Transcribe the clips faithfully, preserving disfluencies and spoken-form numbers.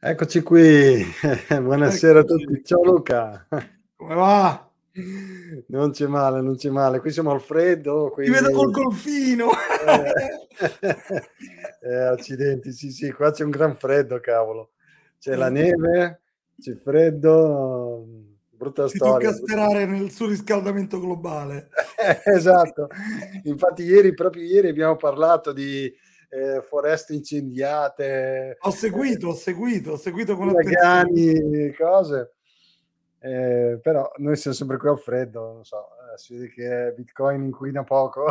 Eccoci qui, buonasera a tutti. Eccoci. Ciao Luca. Come va? Non c'è male, non c'è male. Qui siamo al freddo, Ti vedo quindi col golfino. eh, eh, accidenti, sì, sì, qua c'è un gran freddo, cavolo. C'è la Eh. neve, c'è freddo, mhmm, brutta Ti tocca storia, brutta sperare nel surriscaldamento globale. esatto. Infatti ieri proprio ieri abbiamo parlato di, ehm, foreste incendiate, Ho ehm seguito, ho seguito, ho seguito con attenzione. uragani, cose. Ehm, però noi siam sempre qui al freddo, non so, ehm, si vede che Bitcoin inquina poco.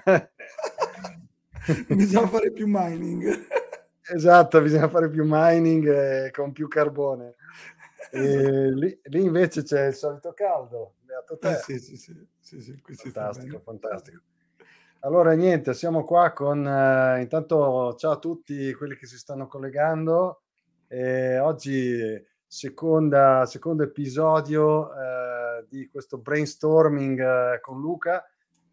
Bisogna fare più mining. Esatto, bisogna fare più mining e con più carbone. Esa Ehm, lì lì invece c'è il solito caldo, beato Eh te. sì, sì, sì, sì, sì, qui si sta Fantastico, bene. fantastico. Allora niente, siamo qua con intanto ciao a tutti quelli che si stanno collegando. Ehm, oggi seconda secondo episodio, ehm, di questo brainstorming con Luca,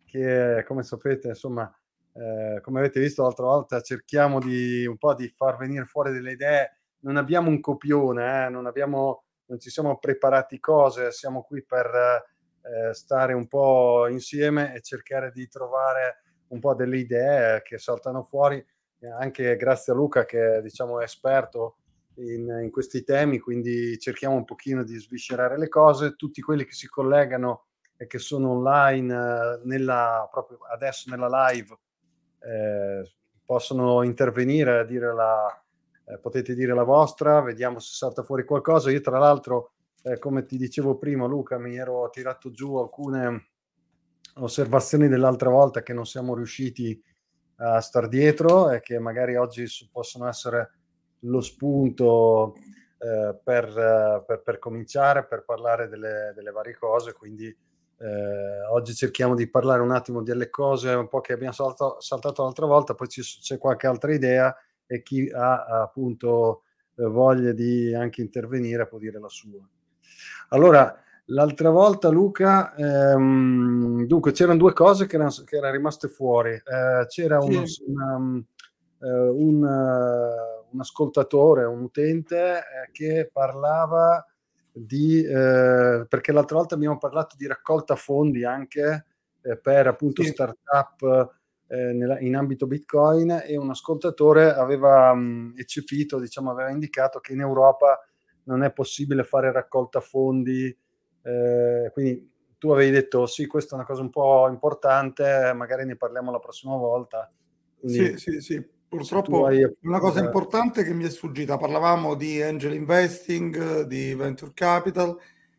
che come sapete insomma, ehm, come avete visto l'altra volta cerchiamo di un po' di far venire fuori delle idee. Non abbiamo un copione, eh, non abbiamo non ci siamo preparati cose, siamo qui per, ehm, stare un po' insieme e cercare di trovare un po' delle idee che saltano fuori, e anche grazie a Luca che diciamo è esperto in in questi temi, quindi cerchiamo un pochino di sviscerare le cose. Tutti quelli che si collegano e che sono online nella proprio adesso nella live, ehm, possono intervenire, dire la ehm, potete dire la vostra, vediamo se salta fuori qualcosa. Io tra l'altro, ehm, come ti dicevo prima Luca, mi ero tirato giù alcune osservazioni dell'altra volta che non siamo riusciti a star dietro e che magari oggi s possono essere lo spunto, ehm, per per per cominciare, per parlare delle delle varie cose. Quindi, ehm, oggi cerchiamo di parlare un attimo delle cose un po' che abbiam salto saltato l'altra volta, poi ci s c'è qualche altra idea e chi ha appunto, ehm, voglia di anche intervenire può dire la sua. Allora, l'altra volta Luca, ehm, dunque c'eran due cose che eran s che eran rimaste fuori. Ehm, c'era uno Sì. s una mhmm, ehm, un un ascoltatore, un utente, ehm, che parlava di ehm, perché l'altra volta abbiamo parlato di raccolta fondi anche, ehm, per appunto Sì. startup, ehm, nella in ambito Bitcoin e un ascoltatore aveva, mhmm, eccepito, diciamo aveva indicato che in Europa non è possibile fare raccolta fondi, ehm, quindi tu avevi detto: "Sì, questa è una cosa un po' importante, magari ne parliamo la prossima volta." Sì, Quindi sì, sì. se tu Purtroppo hai una cosa eh importante che mi è sfuggita, parlavamo di angel investing, di venture capital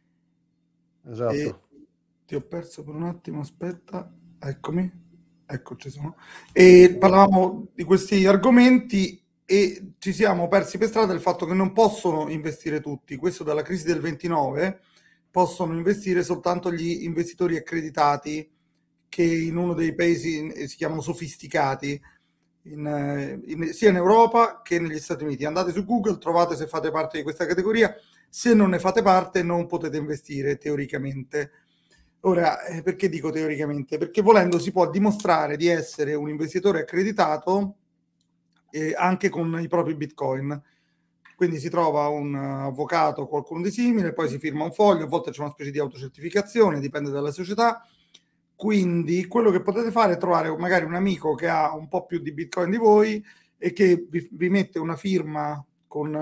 e Esatto. ti ho perso per un attimo, aspetta, eccomi, ecco ci sono. E parlavamo di questi argomenti e ci siamo persi per strada il fatto che non possono investire tutti. Questo dalla crisi del ventinove, possono investire soltanto gli investitori accreditati che in uno dei paesi ehm, si chiamano sofisticati, in in sia in Europa che negli Stati Uniti. Andate su Google, trovate se fate parte di questa categoria. Se non ne fate parte non potete investire teoricamente. Ora, ehm, perché dico teoricamente? Perché volendo si può dimostrare di essere un investitore accreditato, ehm, anche con i propri Bitcoin. Quindi si trova un avvocato o qualcuno di simile, poi si firma un foglio, a volte c'è una specie di autocertificazione, dipende dalla società. Quindi quello che potete fare è trovare magari un amico che ha un po' più di Bitcoin di voi e che vi f vi mette una firma con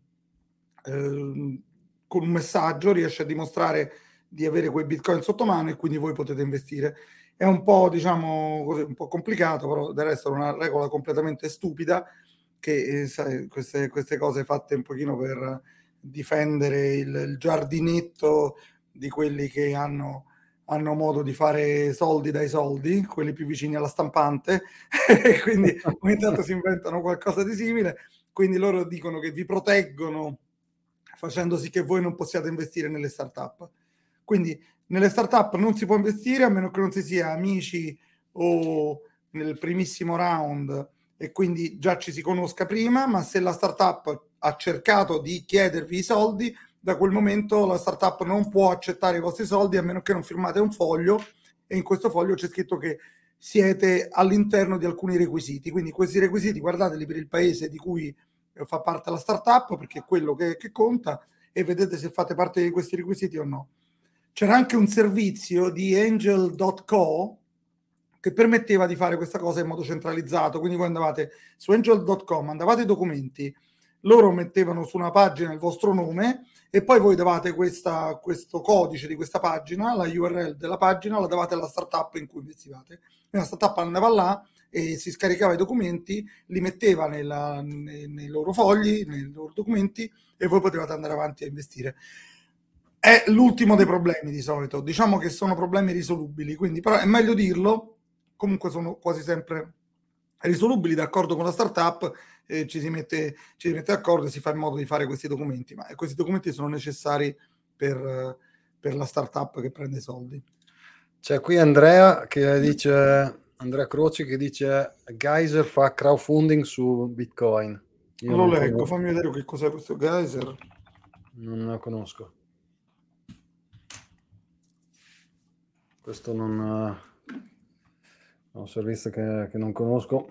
ehm, con un messaggio, riesce a dimostrare di avere quei Bitcoin sotto mano e quindi voi potete investire. È un po' diciamo così, un po' complicato, però del resto è una regola completamente stupida che, ehm, sai queste queste cose fatte un pochino per difendere il il giardinetto di quelli che hanno hanno modo di fare soldi dai soldi, quelli più vicini alla stampante e quindi ogni tanto si inventano qualcosa di simile. Quindi loro dicono che vi proteggono facendo sì che voi non possiate investire nelle startup. Quindi nelle startup non si può investire a meno che non si sia amici o nel primissimo round e quindi già ci si conosca prima, ma se la startup ha cercato di chiedervi i soldi, da quel momento la startup non può accettare i vostri soldi a meno che non firmate un foglio e in questo foglio c'è scritto che siete all'interno di alcuni requisiti. Quindi questi requisiti guardateli per il paese di cui fa parte della startup, perché è quello che, che conta, e vedete se fate parte di questi requisiti o no. C'era anche un servizio di angel punto co che permetteva di fare questa cosa in modo centralizzato, quindi voi andavate su angel punto com, mandavate i documenti, loro mettevano su una pagina il vostro nome e poi voi davate questa, questo codice di questa pagina, la U R L della pagina, la davate alla startup in cui investivate. E la startup andava là e si scaricava i documenti, li metteva nella, nei, nei loro fogli, nei loro documenti, e voi potevate andare avanti a investire. È l'ultimo dei problemi di solito, diciamo che sono problemi risolubili, quindi però è meglio dirlo, comunque sono quasi sempre risolubili, d'accordo con la startup, eh, ci, si mette, ci si mette d'accordo e si fa in modo di fare questi documenti, ma questi documenti sono necessari per, per la startup che prende soldi. C'è qui Andrea che dice, Andrea Croci che dice Geyser fa crowdfunding su Bitcoin. Io lo leggo, conosco. Fammi vedere che cos'è questo Geyser. Non lo conosco. Questo non è un servizio che, che non conosco.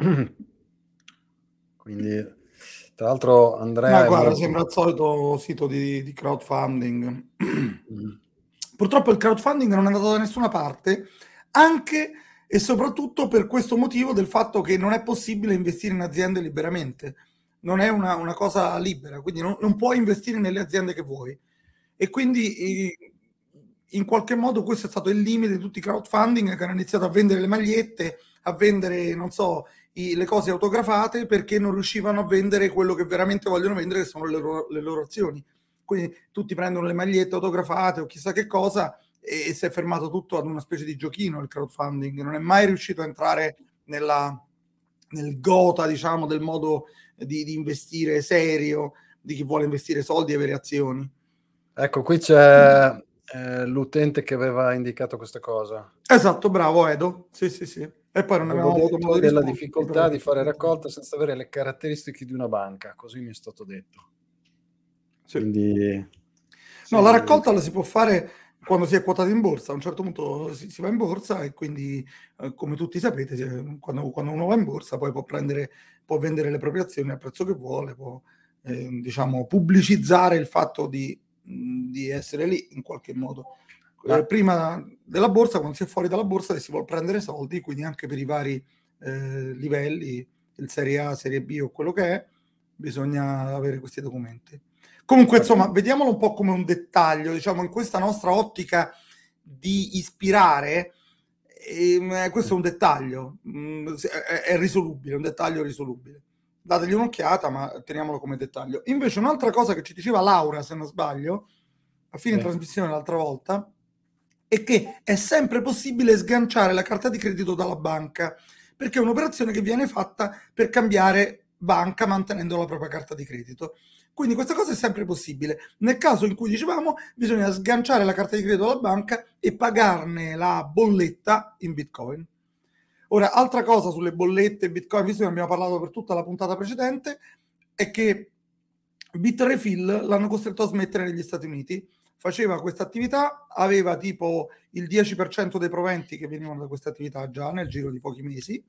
Quindi, tra l'altro, Andrea... Ma guarda, molto... sembra il solito sito di, di crowdfunding. Mm. Purtroppo il crowdfunding non è andato da nessuna parte, anche e soprattutto per questo motivo del fatto che non è possibile investire in aziende liberamente. Non è una, una cosa libera, quindi non, non puoi investire nelle aziende che vuoi. E quindi in qualche modo questo è stato il limite di tutti i crowdfunding che hanno iniziato a vendere le magliette, a vendere, non so, i, le cose autografate, perché non riuscivano a vendere quello che veramente vogliono vendere, che sono le loro, le loro azioni. Quindi tutti prendono le magliette autografate o chissà che cosa, e, e si è fermato tutto ad una specie di giochino il crowdfunding. Non è mai riuscito a entrare nella, nel gota, diciamo, del modo di, di investire serio, di chi vuole investire soldi e avere azioni. Ecco, qui c'è eh, l'utente che aveva indicato questa cosa. Esatto, bravo Edo. Sì, sì, sì. E poi non avevamo avuto modo di della difficoltà di fare raccolta senza avere le caratteristiche di una banca, così mi è stato detto. Sì. Quindi no, sì, la raccolta la si può fare quando si è quotato in borsa. A un certo punto si, si va in borsa e quindi, eh, come tutti sapete, si, quando, quando uno va in borsa poi può prendere, può vendere le proprie azioni al prezzo che vuole, può eh, diciamo pubblicizzare il fatto di, di essere lì in qualche modo. Eh, prima della borsa, quando si è fuori dalla borsa e si vuole prendere soldi, quindi anche per i vari eh, livelli, il serie A, serie B o quello che è, bisogna avere questi documenti. Comunque, insomma, vediamolo un po' come un dettaglio, diciamo, in questa nostra ottica di ispirare, eh, questo è un dettaglio, mh, è, è risolubile, un dettaglio risolubile. Dategli un'occhiata, ma teniamolo come dettaglio. Invece un'altra cosa che ci diceva Laura, se non sbaglio, a fine eh. trasmissione l'altra volta, è che è sempre possibile sganciare la carta di credito dalla banca, perché è un'operazione che viene fatta per cambiare banca mantenendo la propria carta di credito. Quindi questa cosa è sempre possibile. Nel caso in cui dicevamo, bisogna sganciare la carta di credito dalla banca e pagarne la bolletta in Bitcoin. Ora, altra cosa sulle bollette Bitcoin, visto che abbiamo parlato per tutta la puntata precedente, è che Bitrefill l'hanno costretto a smettere negli Stati Uniti. Faceva questa attività, aveva tipo il dieci per cento dei proventi che venivano da questa attività già nel giro di pochi mesi,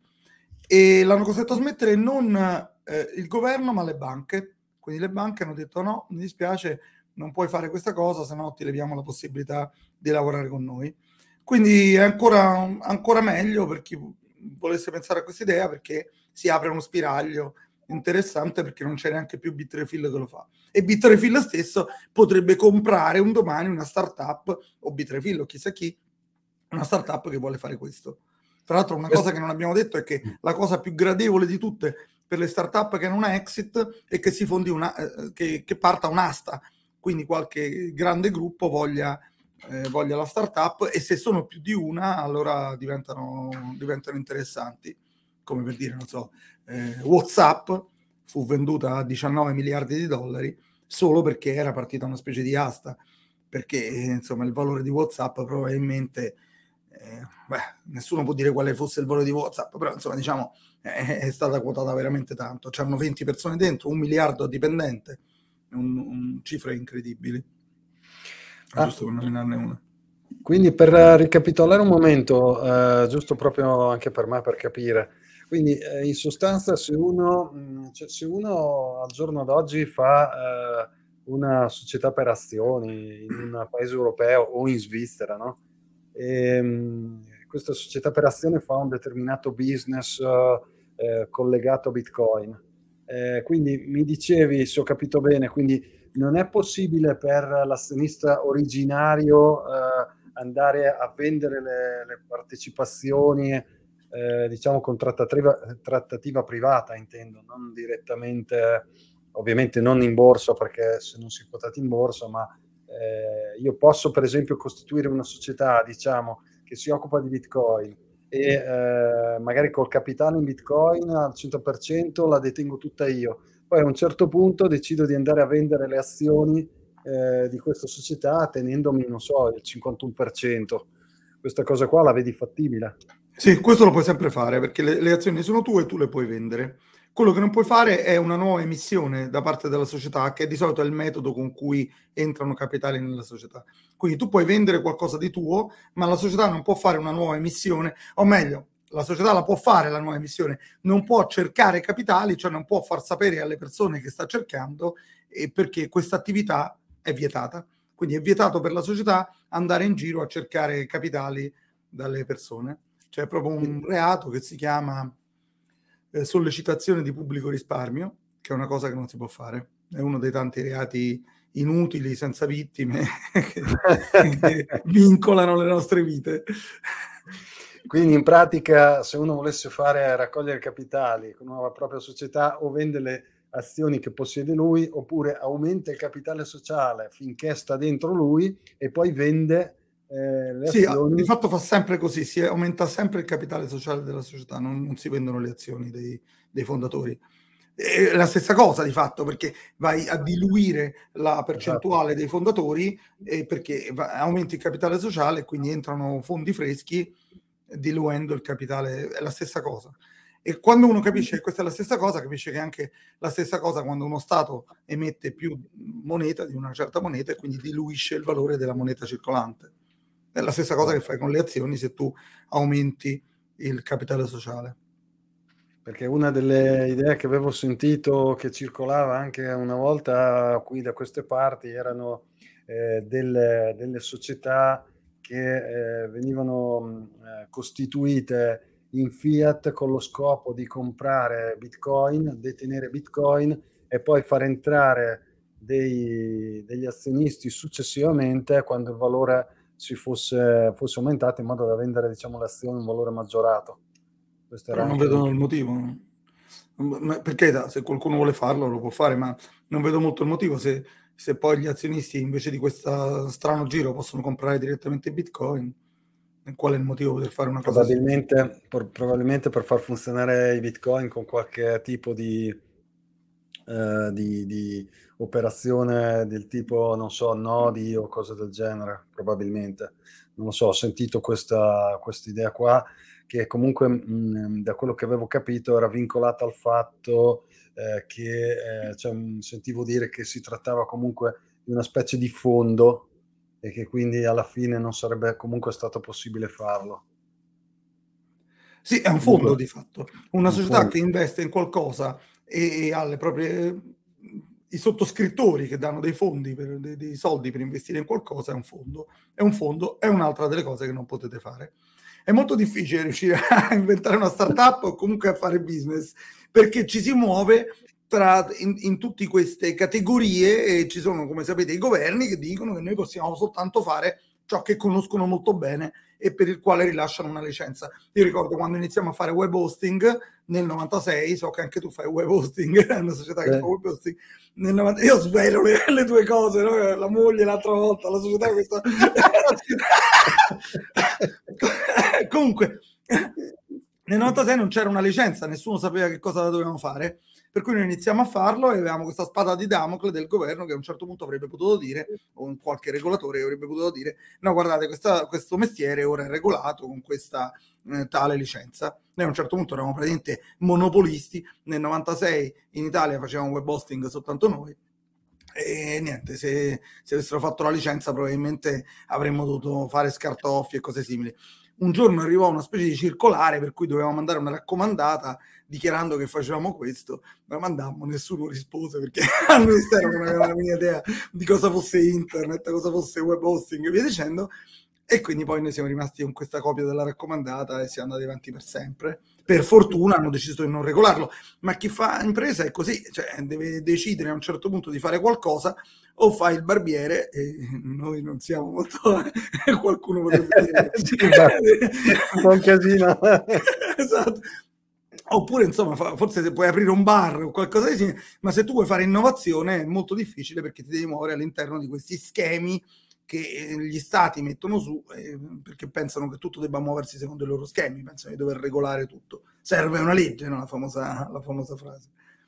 e l'hanno costretto a smettere non eh, il governo ma le banche. Quindi le banche hanno detto no, mi dispiace, non puoi fare questa cosa, se no ti leviamo la possibilità di lavorare con noi. Quindi è ancora, ancora meglio per chi volesse pensare a questa idea, perché si apre uno spiraglio interessante, perché non c'è neanche più Bitrefill che lo fa, e Bitrefill stesso potrebbe comprare un domani una startup, o Bitrefill o chissà chi, una startup che vuole fare questo. Tra l'altro una cosa che non abbiamo detto è che la cosa più gradevole di tutte per le startup che hanno una exit è che si fondi una eh, che, che parta un'asta, quindi qualche grande gruppo voglia eh, voglia la startup, e se sono più di una allora diventano diventano interessanti, come per dire, non so, eh, WhatsApp fu venduta a diciannove miliardi di dollari solo perché era partita una specie di asta, perché insomma il valore di WhatsApp probabilmente eh, beh, nessuno può dire quale fosse il valore di WhatsApp, però insomma diciamo è, è stata quotata veramente tanto. C'erano venti persone dentro, un miliardo dipendente, un, un cifre incredibili. Ah, giusto per nominarne una. Quindi per ricapitolare un momento, eh, giusto proprio anche per me per capire, Quindi eh, in sostanza se uno, mh, cioè, se uno al giorno d'oggi fa eh, una società per azioni in un paese europeo o in Svizzera, no? E, mh, questa società per azioni fa un determinato business eh, eh, collegato a Bitcoin. Eh, quindi mi dicevi, se ho capito bene, quindi non è possibile per l'azionista originario eh, andare a vendere le, le partecipazioni, eh, diciamo con trattativa, trattativa privata, intendo, non direttamente, ovviamente non in borsa perché se non si è quotati in borsa, ma eh, io posso per esempio costituire una società, diciamo, che si occupa di Bitcoin e eh, magari col capitale in Bitcoin al cento per cento la detengo tutta io. Poi a un certo punto decido di andare a vendere le azioni eh, di questa società tenendomi, non so, il cinquantuno per cento. Questa cosa qua la vedi fattibile? Sì, questo lo puoi sempre fare perché le, le azioni sono tue e tu le puoi vendere. Quello che non puoi fare è una nuova emissione da parte della società, che di solito è il metodo con cui entrano capitali nella società. Quindi tu puoi vendere qualcosa di tuo, ma la società non può fare una nuova emissione, o meglio, la società la può fare la nuova emissione, non può cercare capitali, cioè non può far sapere alle persone che sta cercando, eh, perché questa attività è vietata. Quindi è vietato per la società andare in giro a cercare capitali dalle persone. C'è proprio un reato che si chiama eh, sollecitazione di pubblico risparmio, che è una cosa che non si può fare. È uno dei tanti reati inutili, senza vittime, che, che vincolano le nostre vite. Quindi in pratica se uno volesse fare raccogliere capitali con una propria società o vende le azioni che possiede lui oppure aumenta il capitale sociale finché sta dentro lui e poi vende eh, le sì, azioni. di fatto fa sempre così, si aumenta sempre il capitale sociale della società, non, non si vendono le azioni dei, dei fondatori. È la stessa cosa di fatto, perché vai a diluire la percentuale, esatto, dei fondatori eh, perché va, aumenti il capitale sociale e quindi entrano fondi freschi diluendo il capitale, è la stessa cosa. E quando uno capisce che questa è la stessa cosa, capisce che è anche la stessa cosa quando uno Stato emette più moneta di una certa moneta e quindi diluisce il valore della moneta circolante. È la stessa cosa che fai con le azioni se tu aumenti il capitale sociale. Perché una delle idee che avevo sentito che circolava anche una volta qui da queste parti erano eh, delle, delle società che eh, venivano eh, costituite in fiat con lo scopo di comprare Bitcoin, detenere Bitcoin e poi far entrare dei, degli azionisti successivamente quando il valore si fosse, fosse aumentato in modo da vendere, diciamo, le azioni a un valore maggiorato. Questo Però era non anche vedo il motivo. Perché se qualcuno vuole farlo lo può fare, ma non vedo molto il motivo se, se poi gli azionisti invece di questo strano giro possono comprare direttamente Bitcoin. Qual è il motivo per fare una cosa simile? probabilmente, por- probabilmente per far funzionare i Bitcoin con qualche tipo di, eh, di, di operazione del tipo, non so, nodi o cose del genere, probabilmente. Non lo so, ho sentito questa idea qua che comunque mh, da quello che avevo capito era vincolata al fatto eh, che eh, cioè, sentivo dire che si trattava comunque di una specie di fondo e che quindi alla fine non sarebbe comunque stato possibile farlo. Sì, è un fondo Comunque, di fatto, una un società fondo. che investe in qualcosa e, e ha le proprie, i sottoscrittori che danno dei fondi, per, dei, dei soldi per investire in qualcosa, è un fondo. È un fondo, è un'altra delle cose che non potete fare. È molto difficile riuscire a inventare una startup o comunque a fare business, perché ci si muove tra, in, in tutte queste categorie e ci sono, come sapete, i governi che dicono che noi possiamo soltanto fare ciò che conoscono molto bene e per il quale rilasciano una licenza. Io ricordo quando iniziamo a fare web hosting nel novantasei, so che anche tu fai web hosting, è una società che Eh. fa web hosting, nel novanta io svelo le, le due cose, no? La moglie l'altra volta, la società questa... Comunque, nel novantasei non c'era una licenza, nessuno sapeva che cosa dovevamo fare, per cui noi iniziamo a farlo e avevamo questa spada di Damocle del governo che a un certo punto avrebbe potuto dire, o qualche regolatore che avrebbe potuto dire, no guardate, questa, questo mestiere ora è regolato con questa eh, tale licenza. Noi a un certo punto eravamo praticamente monopolisti, nel novantasei in Italia facevamo web hosting soltanto noi, e niente, se, se avessero fatto la licenza probabilmente avremmo dovuto fare scartoffi e cose simili. un giorno arrivò una specie di circolare per cui dovevamo mandare una raccomandata dichiarando che facevamo questo, la mandammo, nessuno rispose perché al Ministero non aveva la mia idea di cosa fosse internet, cosa fosse web hosting e via dicendo, e quindi poi noi siamo rimasti con questa copia della raccomandata e siamo andati avanti per sempre. Per fortuna hanno deciso di non regolarlo, ma chi fa impresa è così, cioè deve decidere a un certo punto di fare qualcosa, o fai il barbiere, e noi non siamo molto... qualcuno potrebbe dire... un po' un casino. Esatto. Oppure insomma forse se puoi aprire un bar o qualcosa di simile, ma se tu vuoi fare innovazione è molto difficile perché ti devi muovere all'interno di questi schemi che gli stati mettono su eh, perché pensano che tutto debba muoversi secondo i loro schemi, pensano di dover regolare tutto. Serve una legge, no? la, famosa, la famosa frase.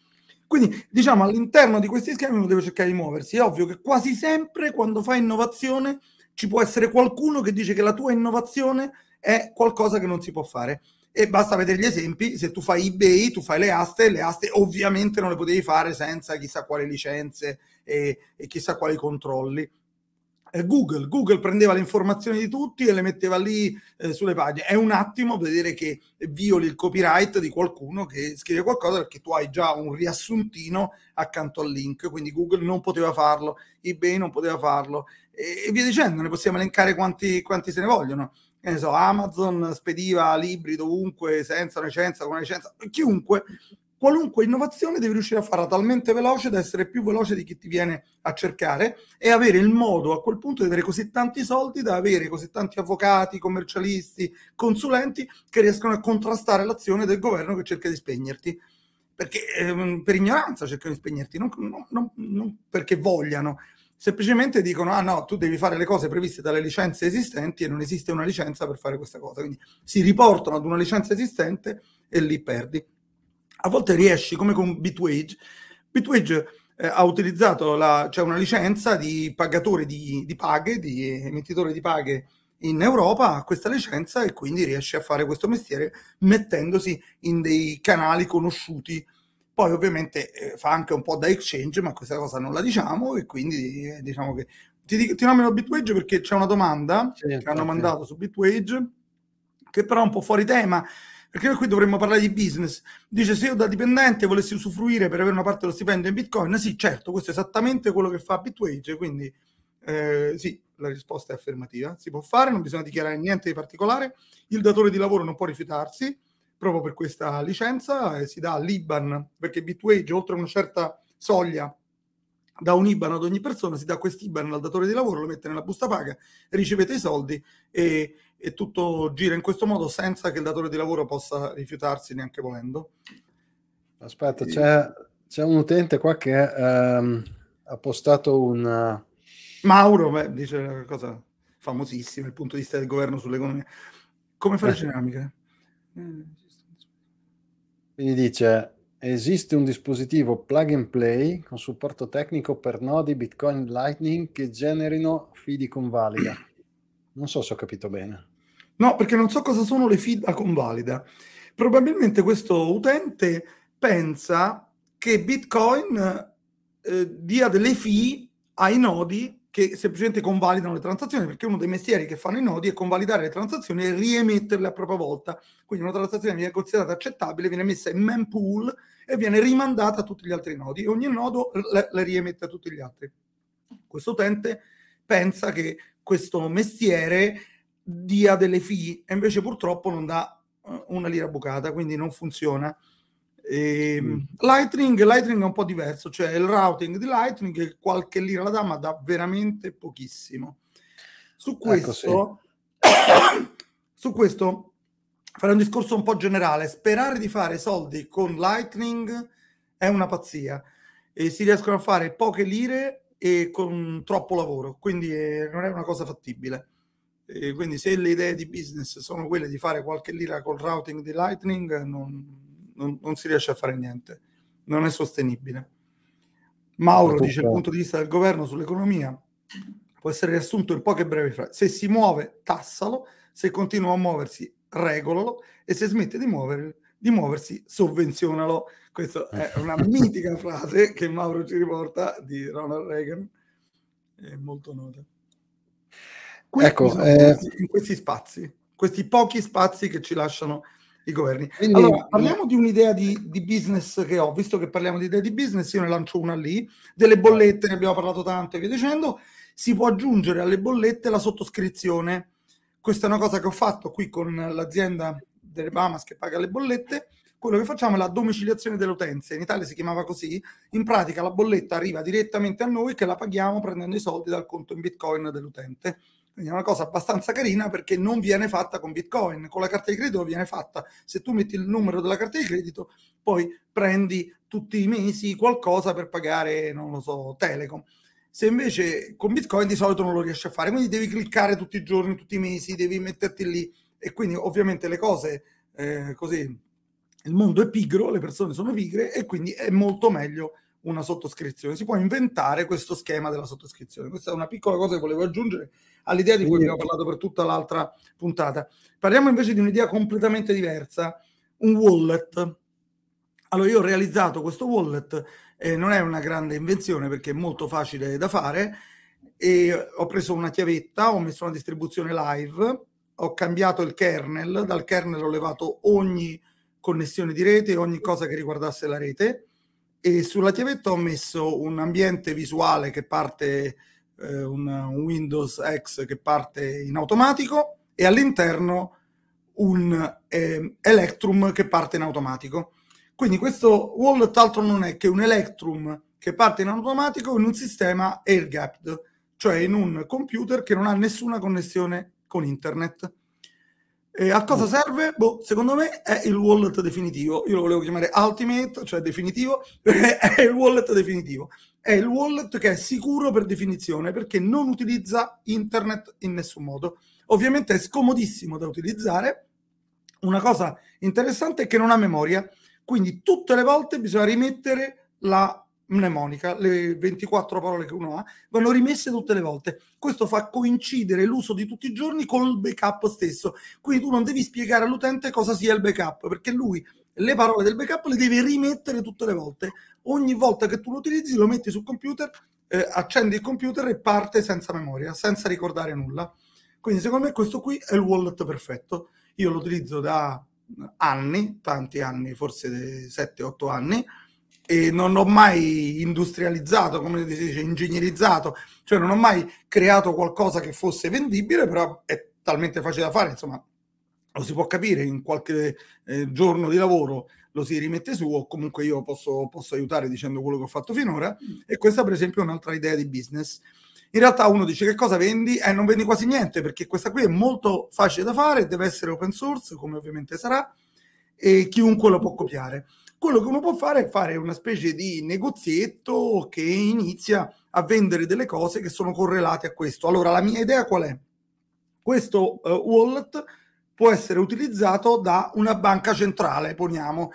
Quindi diciamo all'interno di questi schemi uno deve cercare di muoversi. È ovvio che quasi sempre quando fai innovazione ci può essere qualcuno che dice che la tua innovazione è qualcosa che non si può fare. E basta vedere gli esempi. Se tu fai eBay, tu fai le aste, le aste ovviamente non le potevi fare senza chissà quali licenze e, e chissà quali controlli. Eh, Google, Google prendeva le informazioni di tutti e le metteva lì eh, sulle pagine. È un attimo vedere che violi il copyright di qualcuno che scrive qualcosa perché tu hai già un riassuntino accanto al link, quindi Google non poteva farlo, eBay non poteva farlo e, e via dicendo, ne possiamo elencare quanti, quanti se ne vogliono. Che ne so, Amazon spediva libri dovunque senza una licenza, con una licenza, chiunque, qualunque innovazione devi riuscire a farla talmente veloce da essere più veloce di chi ti viene a cercare e avere il modo a quel punto di avere così tanti soldi da avere così tanti avvocati, commercialisti, consulenti che riescono a contrastare l'azione del governo che cerca di spegnerti. Perché eh, per ignoranza cercano di spegnerti, non, non, non, non perché vogliano. Semplicemente dicono, ah no, tu devi fare le cose previste dalle licenze esistenti e non esiste una licenza per fare questa cosa. Quindi si riportano ad una licenza esistente e lì perdi. A volte riesci, come con Bitwage. Bitwage eh, ha utilizzato la, cioè una licenza di pagatore di, di paghe, di emettitore di paghe in Europa, ha questa licenza e quindi riesce a fare questo mestiere mettendosi in dei canali conosciuti. Poi ovviamente eh, fa anche un po' da exchange, ma questa cosa non la diciamo e quindi eh, diciamo che ti, ti nomino Bitwage perché c'è una domanda sì, che infatti hanno mandato su Bitwage che però è un po' fuori tema, perché noi qui dovremmo parlare di business. Dice, se io da dipendente volessi usufruire per avere una parte dello stipendio in Bitcoin, sì, certo, questo è esattamente quello che fa Bitwage, quindi eh, sì, la risposta è affermativa, si può fare, non bisogna dichiarare niente di particolare, il datore di lavoro non può rifiutarsi, proprio per questa licenza, eh, si dà l'I B A N, perché Bitwage, oltre una certa soglia, da un I B A N ad ogni persona, si dà questo I B A N al datore di lavoro, lo mette nella busta paga, ricevete i soldi e, e tutto gira in questo modo senza che il datore di lavoro possa rifiutarsi neanche volendo. Aspetta, e... c'è, c'è un utente qua che ehm, ha postato un... Mauro, beh, dice una cosa famosissima, il punto di vista del governo sull'economia. Come fare ceramica? Quindi dice... Esiste un dispositivo plug and play con supporto tecnico per nodi Bitcoin Lightning che generino feed di convalida. Non so se ho capito bene. No, perché non so cosa sono le feed a convalida. Probabilmente questo utente pensa che Bitcoin eh, dia delle fee ai nodi che semplicemente convalidano le transazioni, perché uno dei mestieri che fanno i nodi è convalidare le transazioni e riemetterle a propria volta. Quindi una transazione viene considerata accettabile, viene messa in mempool e viene rimandata a tutti gli altri nodi e ogni nodo le, le riemette a tutti gli altri. Questo utente pensa che questo mestiere dia delle fee e invece purtroppo non dà una lira bucata, quindi non funziona. E mm. Lightning, Lightning è un po' diverso, cioè il routing di Lightning qualche lira la dà, ma dà veramente pochissimo. Su questo, ecco, sì. Su questo fare un discorso un po' generale. Sperare di fare soldi con Lightning è una pazzia e si riescono a fare poche lire e con troppo lavoro, quindi eh, non è una cosa fattibile. E quindi se le idee di business sono quelle di fare qualche lira col routing di Lightning, non Non, non si riesce a fare niente, non è sostenibile. Mauro dice il punto di vista del governo sull'economia può essere riassunto in poche brevi frasi: se si muove tassalo, se continua a muoversi regolalo e se smette di, muovere, di muoversi sovvenzionalo. Questa è una mitica frase che Mauro ci riporta di Ronald Reagan, è molto nota. Qui ecco, sono eh... in questi spazi questi pochi spazi che ci lasciano i governi. Quindi, allora, parliamo di un'idea di, di business che ho, visto che parliamo di idee di business, io ne lancio una lì, delle bollette, ne abbiamo parlato tanto e via dicendo, si può aggiungere alle bollette la sottoscrizione. Questa è una cosa che ho fatto qui con l'azienda delle Bahamas che paga le bollette. Quello che facciamo è la domiciliazione delle utenze, in Italia si chiamava così, in pratica la bolletta arriva direttamente a noi che la paghiamo prendendo i soldi dal conto in Bitcoin dell'utente. Quindi è una cosa abbastanza carina perché non viene fatta con Bitcoin, con la carta di credito viene fatta. Se tu metti il numero della carta di credito, poi prendi tutti i mesi qualcosa per pagare, non lo so, Telecom. Se invece con Bitcoin di solito non lo riesci a fare, quindi devi cliccare tutti i giorni, tutti i mesi, devi metterti lì e quindi ovviamente le cose eh, così, il mondo è pigro, le persone sono pigre e quindi è molto meglio una sottoscrizione. Si può inventare questo schema della sottoscrizione. Questa è una piccola cosa che volevo aggiungere all'idea di cui abbiamo parlato per tutta l'altra puntata. Parliamo invece di un'idea completamente diversa, un wallet. Allora io ho realizzato questo wallet, eh, non è una grande invenzione perché è molto facile da fare, e ho preso una chiavetta, ho messo una distribuzione live, ho cambiato il kernel, dal kernel ho levato ogni connessione di rete, ogni cosa che riguardasse la rete, e sulla chiavetta ho messo un ambiente visuale che parte, eh, un, un Windows X che parte in automatico e all'interno un eh, Electrum che parte in automatico. Quindi questo wallet altro non è che un Electrum che parte in automatico in un sistema air-gapped, cioè in un computer che non ha nessuna connessione con internet. E a cosa serve? Boh, secondo me è il wallet definitivo. Io lo volevo chiamare Ultimate, cioè definitivo, perché è il wallet definitivo. È il wallet che è sicuro per definizione, perché non utilizza internet in nessun modo. Ovviamente è scomodissimo da utilizzare. Una cosa interessante è che non ha memoria, quindi tutte le volte bisogna rimettere la mnemonica, le ventiquattro parole che uno ha vanno rimesse tutte le volte. Questo fa coincidere l'uso di tutti i giorni col backup stesso, quindi tu non devi spiegare all'utente cosa sia il backup, perché lui le parole del backup le deve rimettere tutte le volte. Ogni volta che tu lo utilizzi lo metti sul computer, eh, accendi il computer e parte senza memoria, senza ricordare nulla. Quindi secondo me questo qui è il wallet perfetto. Io lo utilizzo da anni, tanti anni, forse sette otto anni, e non ho mai industrializzato, come si dice, ingegnerizzato, cioè non ho mai creato qualcosa che fosse vendibile, però è talmente facile da fare, insomma, lo si può capire, in qualche eh, giorno di lavoro lo si rimette su, o comunque io posso, posso aiutare dicendo quello che ho fatto finora, e questa per esempio è un'altra idea di business. In realtà uno dice che cosa vendi? Eh, non vendi quasi niente, perché questa qui è molto facile da fare, deve essere open source, come ovviamente sarà, e chiunque lo può copiare. Quello che uno può fare è fare una specie di negozietto che inizia a vendere delle cose che sono correlate a questo. Allora, la mia idea qual è? Questo uh, wallet può essere utilizzato da una banca centrale, poniamo,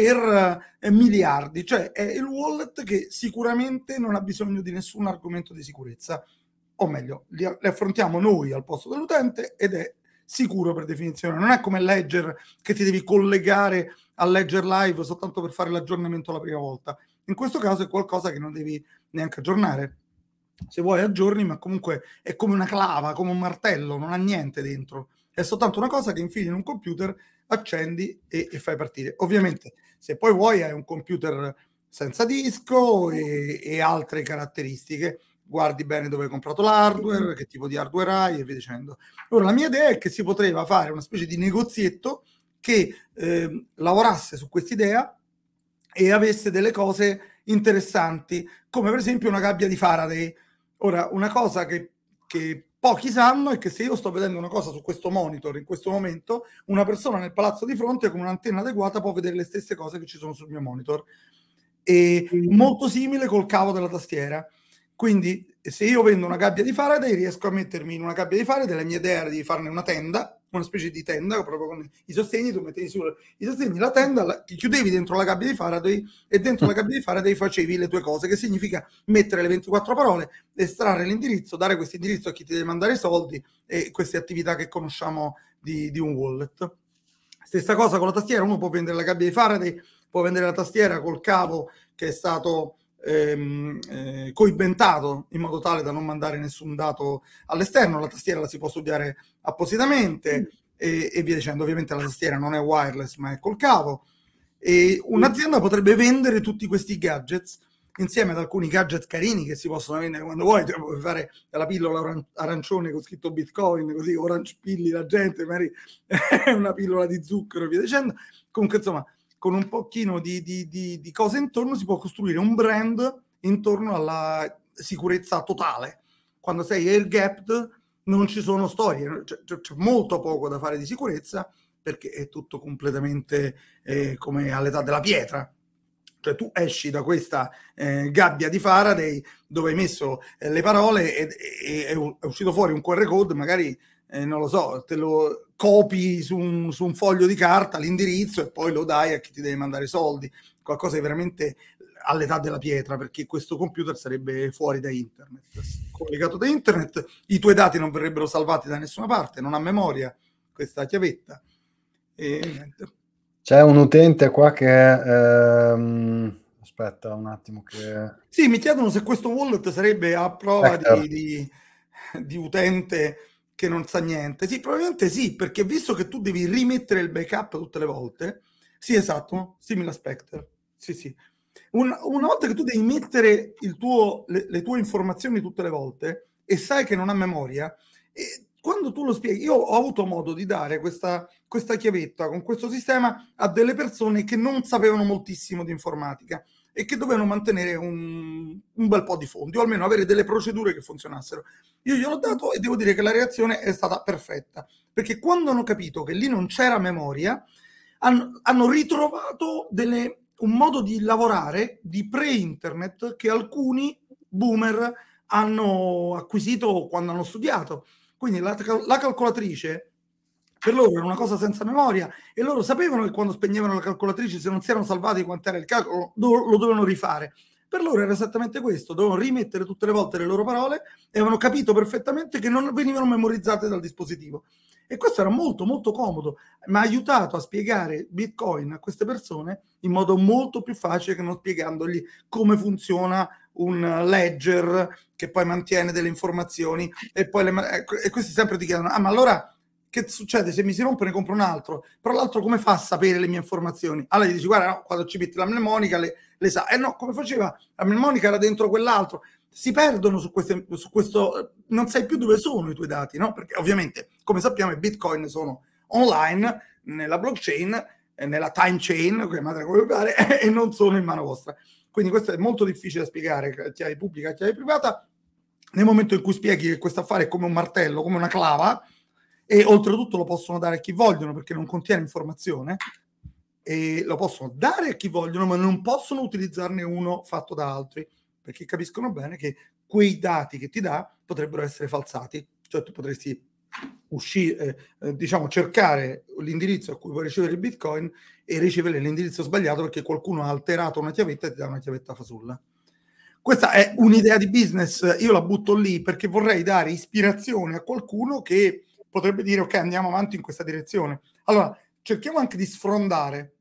per eh, miliardi, cioè è il wallet che sicuramente non ha bisogno di nessun argomento di sicurezza, o meglio, li, li affrontiamo noi al posto dell'utente ed è sicuro per definizione. Non è come Ledger che ti devi collegare a Ledger Live soltanto per fare l'aggiornamento la prima volta. In questo caso è qualcosa che non devi neanche aggiornare. Se vuoi aggiorni, ma comunque è come una clava, come un martello, non ha niente dentro. È soltanto una cosa che infili in un computer, accendi e, e fai partire. Ovviamente, se poi vuoi, hai un computer senza disco e, e altre caratteristiche. Guardi bene dove hai comprato l'hardware, che tipo di hardware hai e via dicendo. Ora, la mia idea è che si poteva fare una specie di negozietto che eh, lavorasse su quest'idea e avesse delle cose interessanti, come per esempio una gabbia di Faraday. Ora, una cosa che, che pochi sanno è che se io sto vedendo una cosa su questo monitor in questo momento, una persona nel palazzo di fronte con un'antenna adeguata può vedere le stesse cose che ci sono sul mio monitor. E molto simile col cavo della tastiera. Quindi se io vendo una gabbia di Faraday riesco a mettermi in una gabbia di Faraday. La mia idea era di farne una tenda, una specie di tenda proprio con i sostegni, tu mettevi su i sostegni, la tenda, la, ti chiudevi dentro la gabbia di Faraday e dentro la gabbia di Faraday facevi le tue cose, che significa mettere le ventiquattro parole, estrarre l'indirizzo, dare questo indirizzo a chi ti deve mandare i soldi e queste attività che conosciamo di, di un wallet. Stessa cosa con la tastiera, uno può vendere la gabbia di Faraday, può vendere la tastiera col cavo che è stato Ehm, eh, coibentato in modo tale da non mandare nessun dato all'esterno. La tastiera la si può studiare appositamente, e, e via dicendo. Ovviamente la tastiera non è wireless ma è col cavo, e un'azienda potrebbe vendere tutti questi gadgets insieme ad alcuni gadget carini che si possono vendere quando vuoi. Cioè, puoi fare la pillola aran- arancione con scritto Bitcoin, così orange pilli la gente, magari una pillola di zucchero e via dicendo. Comunque insomma, con un pochino di, di, di, di cose intorno si può costruire un brand intorno alla sicurezza totale. Quando sei air gapped non ci sono storie, c'è, c'è molto poco da fare di sicurezza, perché è tutto completamente eh, come all'età della pietra. Cioè tu esci da questa eh, gabbia di Faraday dove hai messo eh, le parole e, e, e è uscito fuori un Q R code, magari eh, non lo so, te lo copi su un, su un foglio di carta l'indirizzo e poi lo dai a chi ti deve mandare soldi, qualcosa che veramente all'età della pietra, perché questo computer sarebbe fuori da internet, collegato da internet, i tuoi dati non verrebbero salvati da nessuna parte, non ha memoria questa chiavetta e niente. C'è un utente qua che ehm, aspetta un attimo che sì, mi chiedono se questo wallet sarebbe a prova di, di, di utente che non sa niente. Sì, probabilmente sì, perché visto che tu devi rimettere il backup tutte le volte, sì, esatto, simile a Spectre, sì, sì. Un, una volta che tu devi mettere il tuo, le, le tue informazioni tutte le volte e sai che non ha memoria, e quando tu lo spieghi, io ho avuto modo di dare questa, questa chiavetta con questo sistema a delle persone che non sapevano moltissimo di informatica e che dovevano mantenere un, un bel po' di fondi, o almeno avere delle procedure che funzionassero. Io gliel'ho dato e devo dire che la reazione è stata perfetta, perché quando hanno capito che lì non c'era memoria, hanno, hanno ritrovato delle, un modo di lavorare di pre-internet che alcuni boomer hanno acquisito quando hanno studiato. Quindi la, la calcolatrice per loro era una cosa senza memoria e loro sapevano che quando spegnevano la calcolatrice, se non si erano salvati quant'era il calcolo, lo dovevano rifare. Per loro era esattamente questo, dovevano rimettere tutte le volte le loro parole e avevano capito perfettamente che non venivano memorizzate dal dispositivo. E questo era molto molto comodo, mi ha aiutato a spiegare Bitcoin a queste persone in modo molto più facile che non spiegandogli come funziona un ledger che poi mantiene delle informazioni e poi le, e questi sempre ti chiedono, ah ma allora che succede se mi si rompe ne compro un altro, però l'altro come fa a sapere le mie informazioni? Allora gli dici guarda no, quando ci metti la mnemonica le, le sa, eh no come faceva, la mnemonica era dentro quell'altro, si perdono su, queste, su questo, non sai più dove sono i tuoi dati, no? Perché ovviamente come sappiamo i bitcoin sono online nella blockchain, nella time chain, chiamatela come pare, e non sono in mano vostra. Quindi questo è molto difficile da spiegare, chiave pubblica, chiave privata. Nel momento in cui spieghi che questo affare è come un martello, come una clava, e oltretutto lo possono dare a chi vogliono perché non contiene informazione, e lo possono dare a chi vogliono, ma non possono utilizzarne uno fatto da altri, perché capiscono bene che quei dati che ti dà potrebbero essere falsati. Cioè tu potresti uscire, eh, diciamo, cercare l'indirizzo a cui vuoi ricevere il bitcoin e ricevere l'indirizzo sbagliato perché qualcuno ha alterato una chiavetta e ti dà una chiavetta fasulla. Questa è un'idea di business, io la butto lì perché vorrei dare ispirazione a qualcuno che potrebbe dire ok, andiamo avanti in questa direzione. Allora, cerchiamo anche di sfrondare.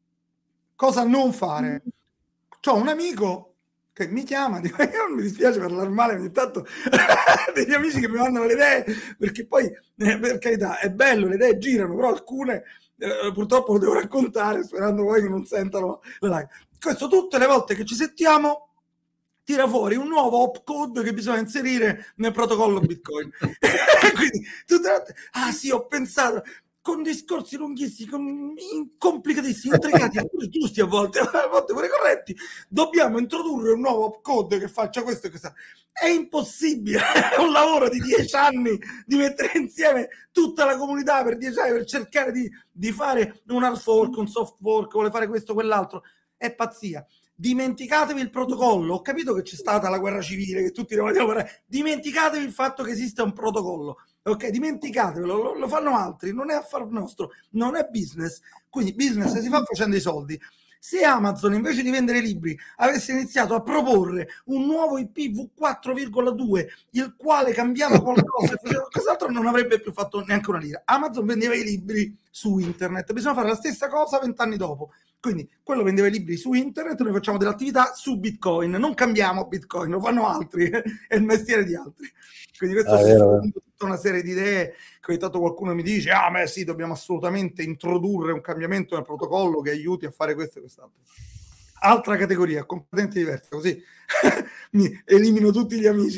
Cosa non fare? C'ho un amico che mi chiama, dico, io non mi dispiace parlare male ogni tanto degli amici che mi mandano le idee, perché poi, eh, per carità, è bello, le idee girano, però alcune eh, purtroppo lo devo raccontare sperando poi che non sentano la live. Questo tutte le volte che ci sentiamo tira fuori un nuovo opcode che bisogna inserire nel protocollo Bitcoin. Quindi tutte le volte, ah sì, ho pensato, con discorsi lunghissimi, con, complicatissimi, intricati, pure giusti a volte, a volte pure corretti, dobbiamo introdurre un nuovo opcode che faccia questo e questo. È impossibile, è un lavoro di dieci anni di mettere insieme tutta la comunità per dieci anni per cercare di, di fare un hard fork, un soft fork, vuole fare questo, quell'altro. È pazzia. Dimenticatevi il protocollo. Ho capito che c'è stata la guerra civile, che tutti ne vogliamo parlare. Dimenticatevi il fatto che esiste un protocollo. Ok, dimenticatevelo, lo, lo fanno altri, non è affar nostro, non è business. Quindi business si fa facendo i soldi. Se Amazon invece di vendere libri avesse iniziato a proporre un nuovo I P v quattro virgola due, il quale cambiava qualcosa e faceva qualcos'altro, non avrebbe più fatto neanche una lira. Amazon vendeva i libri su internet, bisogna fare la stessa cosa vent'anni dopo. Quindi quello vendeva i libri su internet, noi facciamo dell'attività su Bitcoin, non cambiamo Bitcoin, lo fanno altri, è il mestiere di altri. Quindi questo Ah, è vero, vero. tutta una serie di idee che ogni tanto qualcuno mi dice, ah beh sì, dobbiamo assolutamente introdurre un cambiamento nel protocollo che aiuti a fare questo e quest'altro. Altra categoria, completamente diversa, così mi elimino tutti gli amici.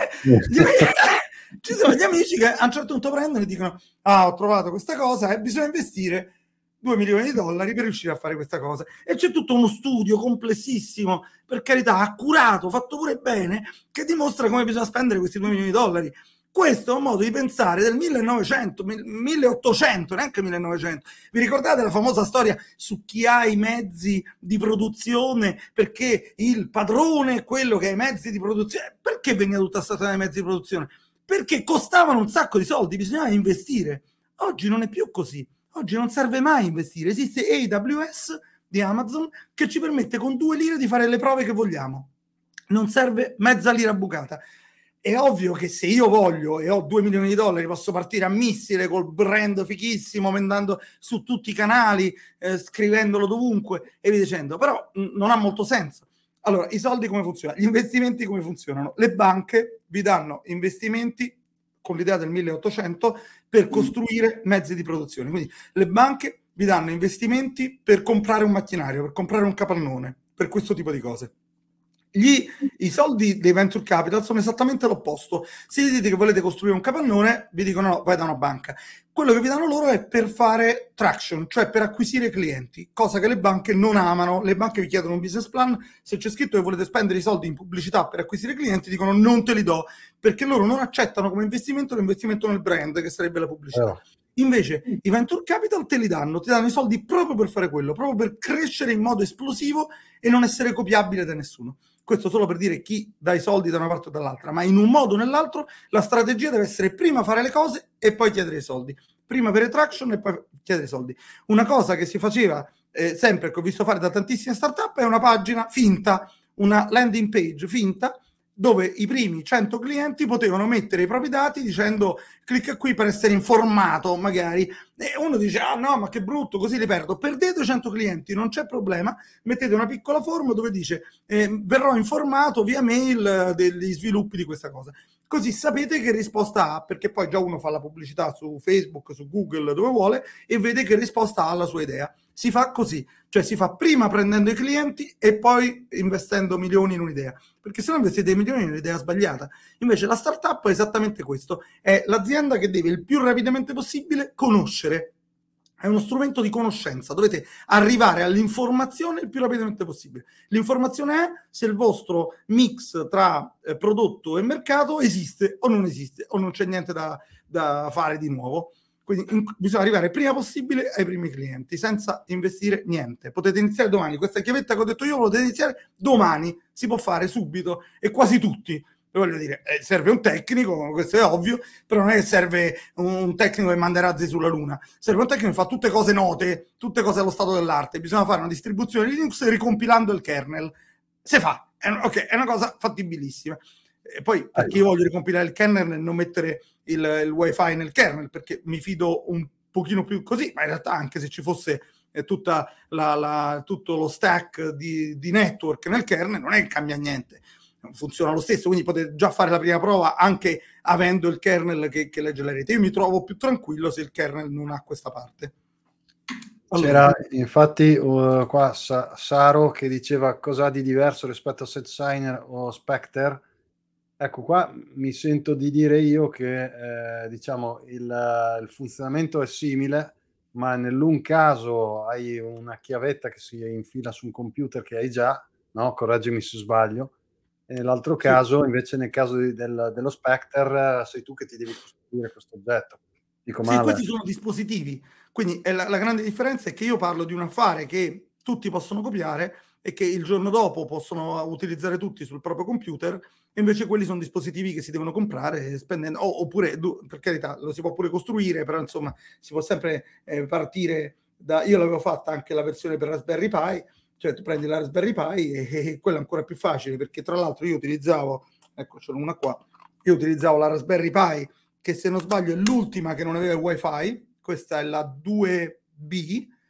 Ci sono gli amici che a un certo punto prendono e dicono, ah, ho trovato questa cosa e bisogna investire due milioni di dollari per riuscire a fare questa cosa. E c'è tutto uno studio complessissimo, per carità, accurato, fatto pure bene, che dimostra come bisogna spendere questi due milioni di dollari. Questo è un modo di pensare del millenovecento, milleottocento, neanche millenovecento. Vi ricordate la famosa storia su chi ha i mezzi di produzione, perché il padrone è quello che ha i mezzi di produzione? Perché veniva tutta questa storia dei mezzi di produzione? Perché costavano un sacco di soldi, bisognava investire. Oggi non è più così. Oggi non serve mai investire. Esiste A W S di Amazon che ci permette con due lire di fare le prove che vogliamo. Non serve mezza lira bucata. È ovvio che se io voglio e ho due milioni di dollari posso partire a missile col brand fichissimo, mandando su tutti i canali, eh, scrivendolo dovunque e via dicendo, però mh, non ha molto senso. Allora, i soldi come funzionano? Gli investimenti come funzionano? Le banche vi danno investimenti con l'idea del milleottocento per costruire mezzi di produzione. Quindi le banche vi danno investimenti per comprare un macchinario, per comprare un capannone, per questo tipo di cose. Gli, I soldi dei venture capital sono esattamente l'opposto. Se gli dite che volete costruire un capannone, vi dicono no, vai da una banca. Quello che vi danno loro è per fare traction, cioè per acquisire clienti, cosa che le banche non amano. Le banche vi chiedono un business plan, se c'è scritto che volete spendere i soldi in pubblicità per acquisire clienti, dicono non te li do, perché loro non accettano come investimento l'investimento nel brand, che sarebbe la pubblicità. Oh. Invece i venture capital te li danno, ti danno i soldi proprio per fare quello, proprio per crescere in modo esplosivo e non essere copiabile da nessuno. Questo solo per dire chi dà i soldi da una parte o dall'altra, ma in un modo o nell'altro la strategia deve essere prima fare le cose e poi chiedere i soldi, prima avere traction e poi chiedere i soldi. Una cosa che si faceva eh, sempre, che ho visto fare da tantissime startup, è una pagina finta, una landing page finta, dove i primi cento clienti potevano mettere i propri dati dicendo clicca qui per essere informato magari, e uno dice ah no ma che brutto, così li perdo. Perdete cento clienti, non c'è problema, mettete una piccola forma dove dice eh, verrò informato via mail eh, degli sviluppi di questa cosa, così sapete che risposta ha, perché poi già uno fa la pubblicità su Facebook, su Google, dove vuole, e vede che risposta ha alla sua idea. Si fa così, cioè si fa prima prendendo i clienti e poi investendo milioni in un'idea, perché se no investite milioni in un'idea sbagliata. Invece la startup è esattamente questo, è l'azienda che deve il più rapidamente possibile conoscere, è uno strumento di conoscenza, dovete arrivare all'informazione il più rapidamente possibile. L'informazione è se il vostro mix tra eh, prodotto e mercato esiste o non esiste, o non c'è niente da, da fare di nuovo. Quindi in, bisogna arrivare prima possibile ai primi clienti senza investire niente. Potete iniziare domani, questa chiavetta che ho detto io potete iniziare domani, si può fare subito e quasi tutti. Voglio dire, eh, serve un tecnico, questo è ovvio, però non è che serve un tecnico che manda razzi sulla luna, serve un tecnico che fa tutte cose note, tutte cose allo stato dell'arte. Bisogna fare una distribuzione Linux ricompilando il kernel. Se fa, è, okay, è una cosa fattibilissima. E poi perché io voglio ricompilare il kernel e non mettere il, il wifi nel kernel, perché mi fido un pochino più così, ma in realtà anche se ci fosse eh, tutta la, la, tutto lo stack di, di network nel kernel non è che cambia niente, funziona lo stesso, quindi potete già fare la prima prova anche avendo il kernel che, che legge la rete. Io mi trovo più tranquillo se il kernel non ha questa parte. Allora, c'era infatti uh, qua Sa- Saro che diceva cosa ha di diverso rispetto a SetSigner o Spectre. Ecco, qua mi sento di dire io che eh, diciamo il, il funzionamento è simile, ma nell'un caso hai una chiavetta che si infila su un computer che hai già, no? Correggimi se sbaglio, e nell'altro sì. caso, invece nel caso di, del, dello Spectre, sei tu che ti devi costruire questo oggetto. Dico sì, male. questi sono dispositivi, quindi è la, la grande differenza è che io parlo di un affare che tutti possono copiare e che il giorno dopo possono utilizzare tutti sul proprio computer, e invece quelli sono dispositivi che si devono comprare spendendo, oh, oppure per carità lo si può pure costruire, però insomma si può sempre eh, partire da, io l'avevo fatta anche la versione per Raspberry Pi, cioè tu prendi la Raspberry Pi e, e quella è ancora più facile, perché tra l'altro io utilizzavo, ecco c'è una qua, io utilizzavo la Raspberry Pi che se non sbaglio è l'ultima che non aveva il wifi, questa è la due B,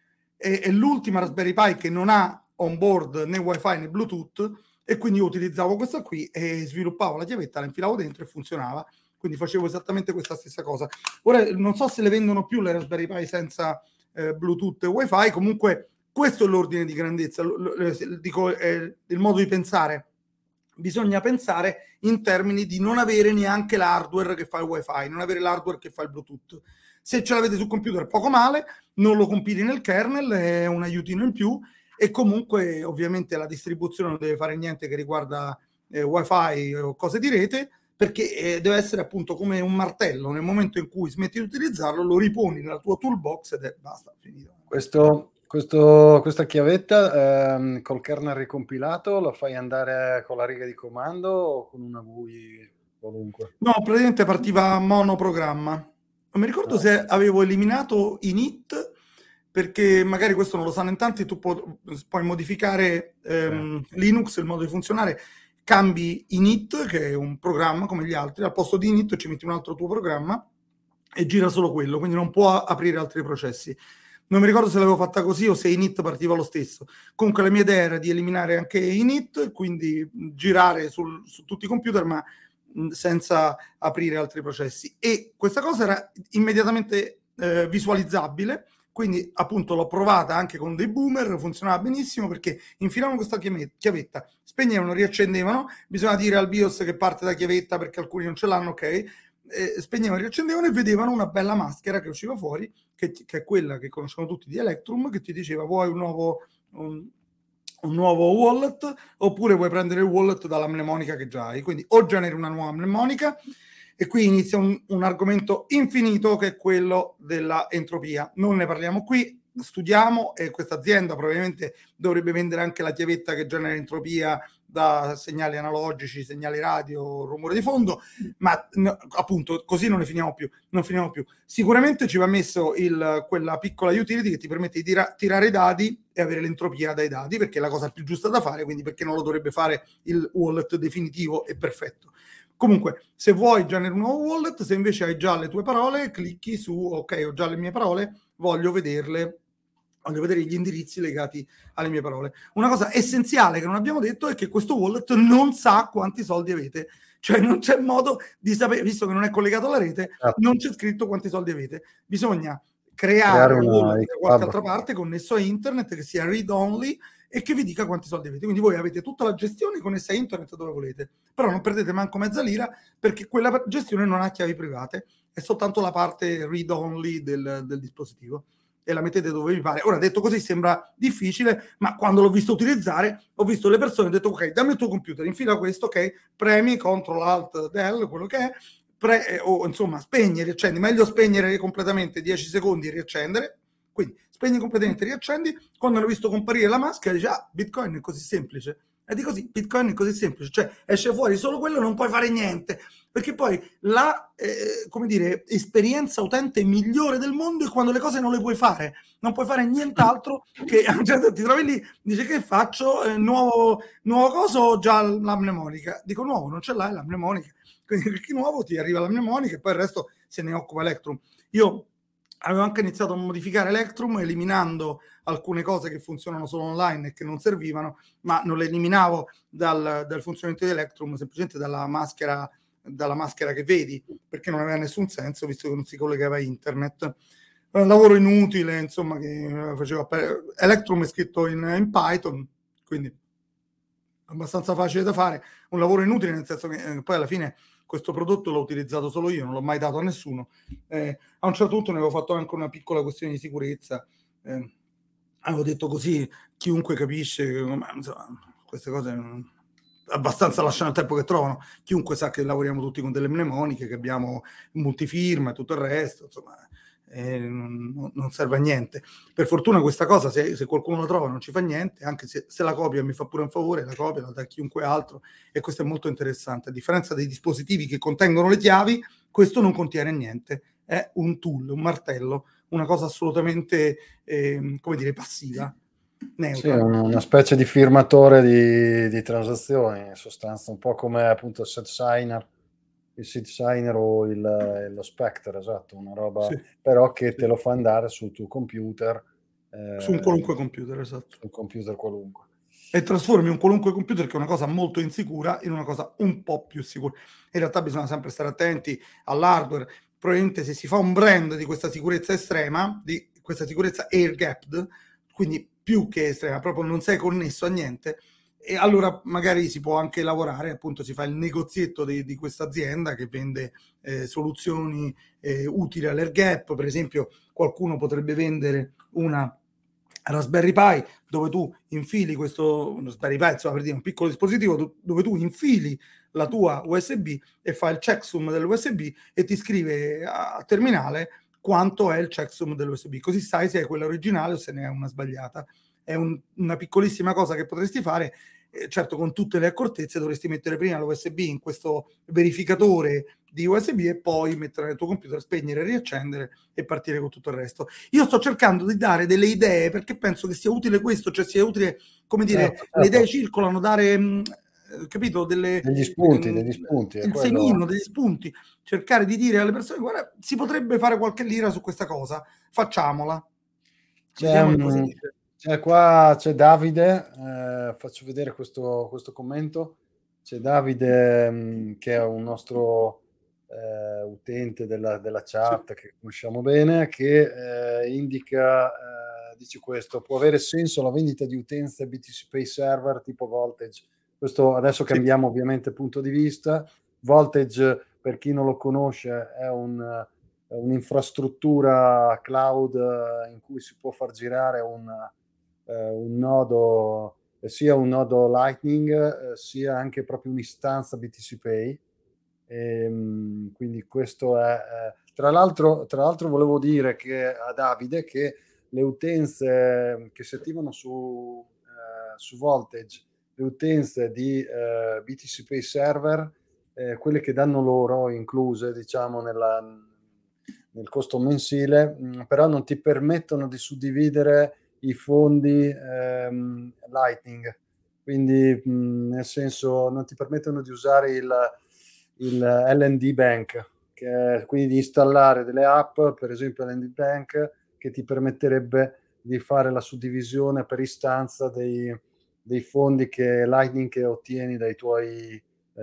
è, è l'ultima Raspberry Pi che non ha on board né wifi né Bluetooth, e quindi io utilizzavo questa qui e sviluppavo la chiavetta, la infilavo dentro e funzionava, quindi facevo esattamente questa stessa cosa. Ora non so se le vendono più le Raspberry Pi senza eh, Bluetooth e wifi, comunque questo è l'ordine di grandezza, l- l- dico, eh, il modo di pensare. Bisogna pensare in termini di non avere neanche l'hardware che fa il wifi, non avere l'hardware che fa il Bluetooth. Se ce l'avete sul computer poco male, non lo compili nel kernel, è un aiutino in più, e comunque ovviamente la distribuzione non deve fare niente che riguarda eh, wifi o cose di rete, perché eh, deve essere appunto come un martello: nel momento in cui smetti di utilizzarlo lo riponi nella tua toolbox ed è basta, finito. Questo, questo, questa chiavetta ehm, col kernel ricompilato la fai andare con la riga di comando o con una V U I qualunque? No, praticamente partiva monoprogramma. Non mi ricordo Ah, se avevo eliminato init, perché magari questo non lo sanno in tanti, tu pu- puoi modificare ehm, Linux, il modo di funzionare, cambi init, che è un programma come gli altri, al posto di init ci metti un altro tuo programma e gira solo quello, quindi non può aprire altri processi. Non mi ricordo se l'avevo fatta così o se init partiva lo stesso. Comunque la mia idea era di eliminare anche init, quindi girare sul, su tutti i computer, ma mh, senza aprire altri processi. E questa cosa era immediatamente eh, visualizzabile, quindi appunto l'ho provata anche con dei boomer, funzionava benissimo perché infilavano questa chiavetta, spegnevano, riaccendevano, bisogna dire al BIOS che parte da chiavetta perché alcuni non ce l'hanno, ok, eh, spegnevano, riaccendevano e vedevano una bella maschera che usciva fuori, che, che è quella che conosciamo tutti di Electrum, che ti diceva vuoi un nuovo, un, un nuovo wallet oppure vuoi prendere il wallet dalla mnemonica che già hai, quindi o generi una nuova mnemonica. E qui inizia un, un argomento infinito che è quello della entropia. Non ne parliamo qui, studiamo, e questa azienda probabilmente dovrebbe vendere anche la chiavetta che genera entropia da segnali analogici, segnali radio, rumore di fondo, ma no, appunto così non ne finiamo più, non finiamo più. Sicuramente ci va messo il, quella piccola utility che ti permette di tira, tirare i dadi e avere l'entropia dai dadi, perché è la cosa più giusta da fare, quindi perché non lo dovrebbe fare il wallet definitivo e perfetto. Comunque, se vuoi generi un nuovo wallet, se invece hai già le tue parole, clicchi su ok, ho già le mie parole, voglio vederle, voglio vedere gli indirizzi legati alle mie parole. Una cosa essenziale che non abbiamo detto è che questo wallet non sa quanti soldi avete, cioè non c'è modo di sapere, visto che non è collegato alla rete, ah, non c'è scritto quanti soldi avete. Bisogna creare creare un una wallet da qualche hub. altra parte connesso a internet che sia read only e che vi dica quanti soldi avete. Quindi voi avete tutta la gestione connessa a internet dove volete, però non perdete manco mezza lira perché quella gestione non ha chiavi private, è soltanto la parte read only del, del dispositivo e la mettete dove vi pare. Ora, detto così sembra difficile, ma quando l'ho visto utilizzare ho visto le persone, ho detto ok, dammi il tuo computer, infila questo, ok, premi Ctrl Alt Del, quello che è, pre- o insomma spegni, riaccendi, meglio spegnere completamente dieci secondi e riaccendere, quindi spegni completamente, riaccendi. Quando hanno visto comparire la maschera dice ah, Bitcoin è così semplice, e di così Bitcoin è così semplice, cioè esce fuori solo quello, non puoi fare niente, perché poi la eh, come dire, esperienza utente migliore del mondo è quando le cose non le puoi fare, non puoi fare nient'altro che cioè, ti trovi lì, dice che faccio, eh, nuovo, nuovo coso, ho già la mnemonica, dico nuovo, non ce l'hai la mnemonica, quindi clicchi nuovo, ti arriva la mnemonica e poi il resto se ne occupa Electrum. Io avevo anche iniziato a modificare Electrum eliminando alcune cose che funzionano solo online e che non servivano, ma non le eliminavo dal, dal funzionamento di Electrum, semplicemente dalla maschera, dalla maschera che vedi, perché non aveva nessun senso visto che non si collegava a internet. Un lavoro inutile, insomma, che faceva per... Electrum è scritto in, in Python, quindi abbastanza facile da fare, un lavoro inutile nel senso che eh, poi alla fine questo prodotto l'ho utilizzato solo io, non l'ho mai dato a nessuno. Eh, a un certo punto ne avevo fatto anche una piccola questione di sicurezza, eh, avevo detto così chiunque capisce che, insomma, queste cose non, abbastanza lasciano il tempo che trovano, chiunque sa che lavoriamo tutti con delle mnemoniche, che abbiamo multifirma e tutto il resto, insomma, eh, non, non serve a niente. Per fortuna questa cosa, se, se qualcuno la trova non ci fa niente, anche se, se la copia mi fa pure un favore, la copia la dà chiunque altro, e questo è molto interessante. A differenza dei dispositivi che contengono le chiavi, questo non contiene niente, è un tool, un martello, una cosa assolutamente, eh, come dire, passiva, Sì, neutra. una specie di firmatore di, di transazioni, in sostanza, un po' come appunto il set signer, il seed signer o il, lo Spectre, esatto, una roba Sì, però che sì. te lo fa andare sul tuo computer eh, su un qualunque computer, esatto. Su un computer qualunque. E trasformi un qualunque computer, che è una cosa molto insicura, in una cosa un po' più sicura. In realtà bisogna sempre stare attenti all'hardware. Probabilmente se si fa un brand di questa sicurezza estrema, di questa sicurezza air gapped, quindi più che estrema, proprio non sei connesso a niente, e allora magari si può anche lavorare, appunto si fa il negozietto di, di questa azienda che vende eh, soluzioni eh, utili all'air gap. Per esempio qualcuno potrebbe vendere una Raspberry Pi dove tu infili questo Raspberry Pi, insomma, per dire un piccolo dispositivo dove tu infili la tua U S B e fa il checksum dell'U S B e ti scrive a terminale quanto è il checksum dell'U S B, così sai se è quella originale o se ne è una sbagliata. È un, una piccolissima cosa che potresti fare. Eh, certo, con tutte le accortezze dovresti mettere prima l'U S B in questo verificatore di U S B e poi mettere nel tuo computer, spegnere, riaccendere e partire con tutto il resto. Io sto cercando di dare delle idee perché penso che sia utile questo, cioè sia utile, come dire, certo, certo. le idee circolano, dare, mh, capito, delle, degli spunti, mh, degli spunti. il quello... semino, degli spunti, cercare di dire alle persone, guarda, si potrebbe fare qualche lira su questa cosa, facciamola. C'è, Vediamo che um, cosa dice. c'è qua, c'è Davide, eh, faccio vedere questo, questo commento. C'è Davide, um, che è un nostro eh, utente della, della chat, sì, che conosciamo bene, che eh, indica, eh, dice questo: può avere senso la vendita di utenze B T C Pay Server tipo Voltage. Questo adesso cambiamo, sì, ovviamente punto di vista. Voltage, per chi non lo conosce, è un un'infrastruttura cloud in cui si può far girare un, eh, un nodo, sia un nodo Lightning, eh, sia anche proprio un'istanza B T C Pay. E, quindi questo è, eh, tra l'altro, tra l'altro volevo dire che a Davide che le utenze che si attivano su, eh, su Voltage, le utenze di eh, B T C Pay Server, eh, quelle che danno loro incluse, diciamo, nella, nel costo mensile, mh, però non ti permettono di suddividere i fondi ehm, Lightning, quindi mh, nel senso non ti permettono di usare il, il L N D Bank, che è, quindi di installare delle app, per esempio L N D Bank, che ti permetterebbe di fare la suddivisione per istanza dei, dei fondi che Lightning che ottieni dai tuoi,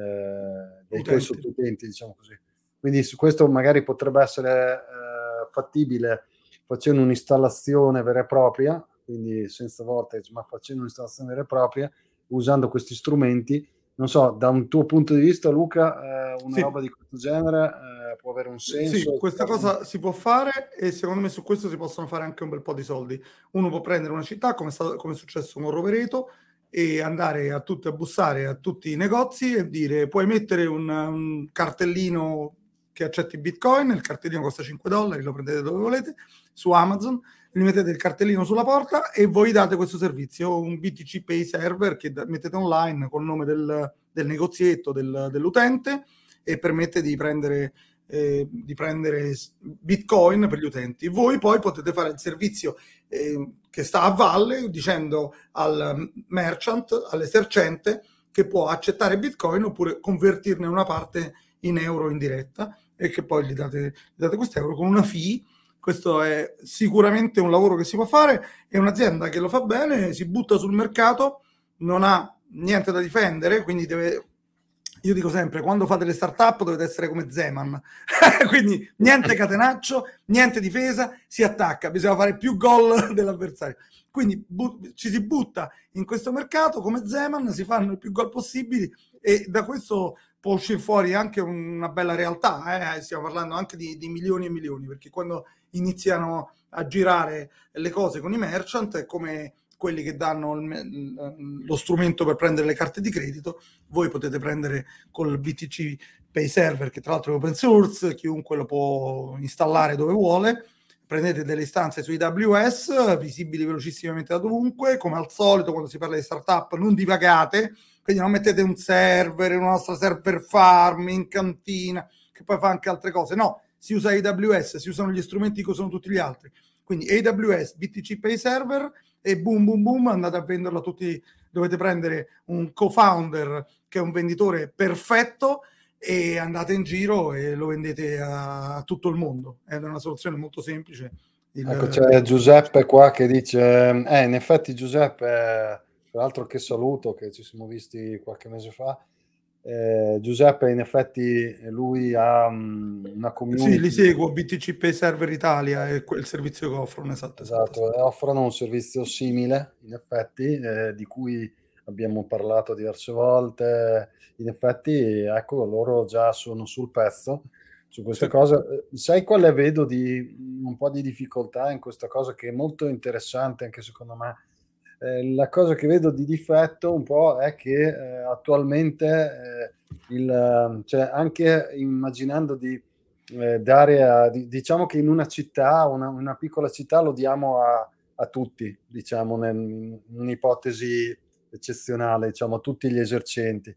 eh, dai tuoi sottoutenti, diciamo così. Quindi su questo magari potrebbe essere eh, fattibile facendo un'installazione vera e propria, quindi senza Voltage, ma facendo un'installazione vera e propria, usando questi strumenti. Non so, da un tuo punto di vista, Luca, eh, una Sì. roba di questo genere eh, può avere un senso? Sì, questa cosa si può fare e secondo me su questo si possono fare anche un bel po' di soldi. Uno può prendere una città, come è, stato, come è successo con Rovereto, e andare a tutti a bussare a tutti i negozi e dire: puoi mettere un, un cartellino che accetti Bitcoin, il cartellino costa cinque dollari, lo prendete dove volete, su Amazon, gli mettete il cartellino sulla porta e voi date questo servizio, un B T C Pay Server che da, mettete online col nome del, del negozietto del, dell'utente e permette di prendere Eh, di prendere Bitcoin per gli utenti. Voi poi potete fare il servizio eh, che sta a valle, dicendo al merchant, all'esercente, che può accettare Bitcoin oppure convertirne una parte in euro in diretta e che poi gli date, gli date quest'euro con una fee. Questo è sicuramente un lavoro che si può fare, è un'azienda che lo fa bene, si butta sul mercato, non ha niente da difendere, quindi deve... Io dico sempre, quando fate le start-up dovete essere come Zeman, quindi niente catenaccio, niente difesa, si attacca, bisogna fare più gol dell'avversario. Quindi bu- ci si butta in questo mercato come Zeman, si fanno i più gol possibili e da questo può uscire fuori anche una bella realtà, eh? Stiamo parlando anche di, di milioni e milioni, perché quando iniziano a girare le cose con i merchant è come quelli che danno il, lo strumento per prendere le carte di credito, voi potete prendere col B T C Pay Server, che tra l'altro è open source, chiunque lo può installare dove vuole, prendete delle istanze su A W S, visibili velocissimamente da dovunque, come al solito quando si parla di startup non divagate, quindi non mettete un server, una nostra server farm in cantina, che poi fa anche altre cose, no, si usa A W S, si usano gli strumenti che usano tutti gli altri, quindi A W S, B T C Pay Server, e boom boom boom andate a venderlo a tutti. Dovete prendere un co-founder che è un venditore perfetto e andate in giro e lo vendete a tutto il mondo. È una soluzione molto semplice il, Ecco, c'è Giuseppe qua che dice, eh, in effetti Giuseppe, tra l'altro che saluto, che ci siamo visti qualche mese fa, eh, Giuseppe in effetti lui ha um, una Sì, li community. seguo, B T C Pay Server Italia è quel servizio che offrono, esatto, esatto, Esatto, esatto. e offrono un servizio simile, in effetti, eh, di cui abbiamo parlato diverse volte. In effetti, ecco, loro già sono sul pezzo su queste Sì. cose. Eh, Sai quale vedo di un po' di difficoltà in questa cosa che è molto interessante anche secondo me? Eh, la cosa che vedo di difetto un po' è che eh, attualmente eh, il, cioè anche immaginando di eh, dare a, di- diciamo che in una città, una, una piccola città lo diamo a, a tutti, diciamo, nel- in un'ipotesi eccezionale, diciamo, a tutti gli esercenti.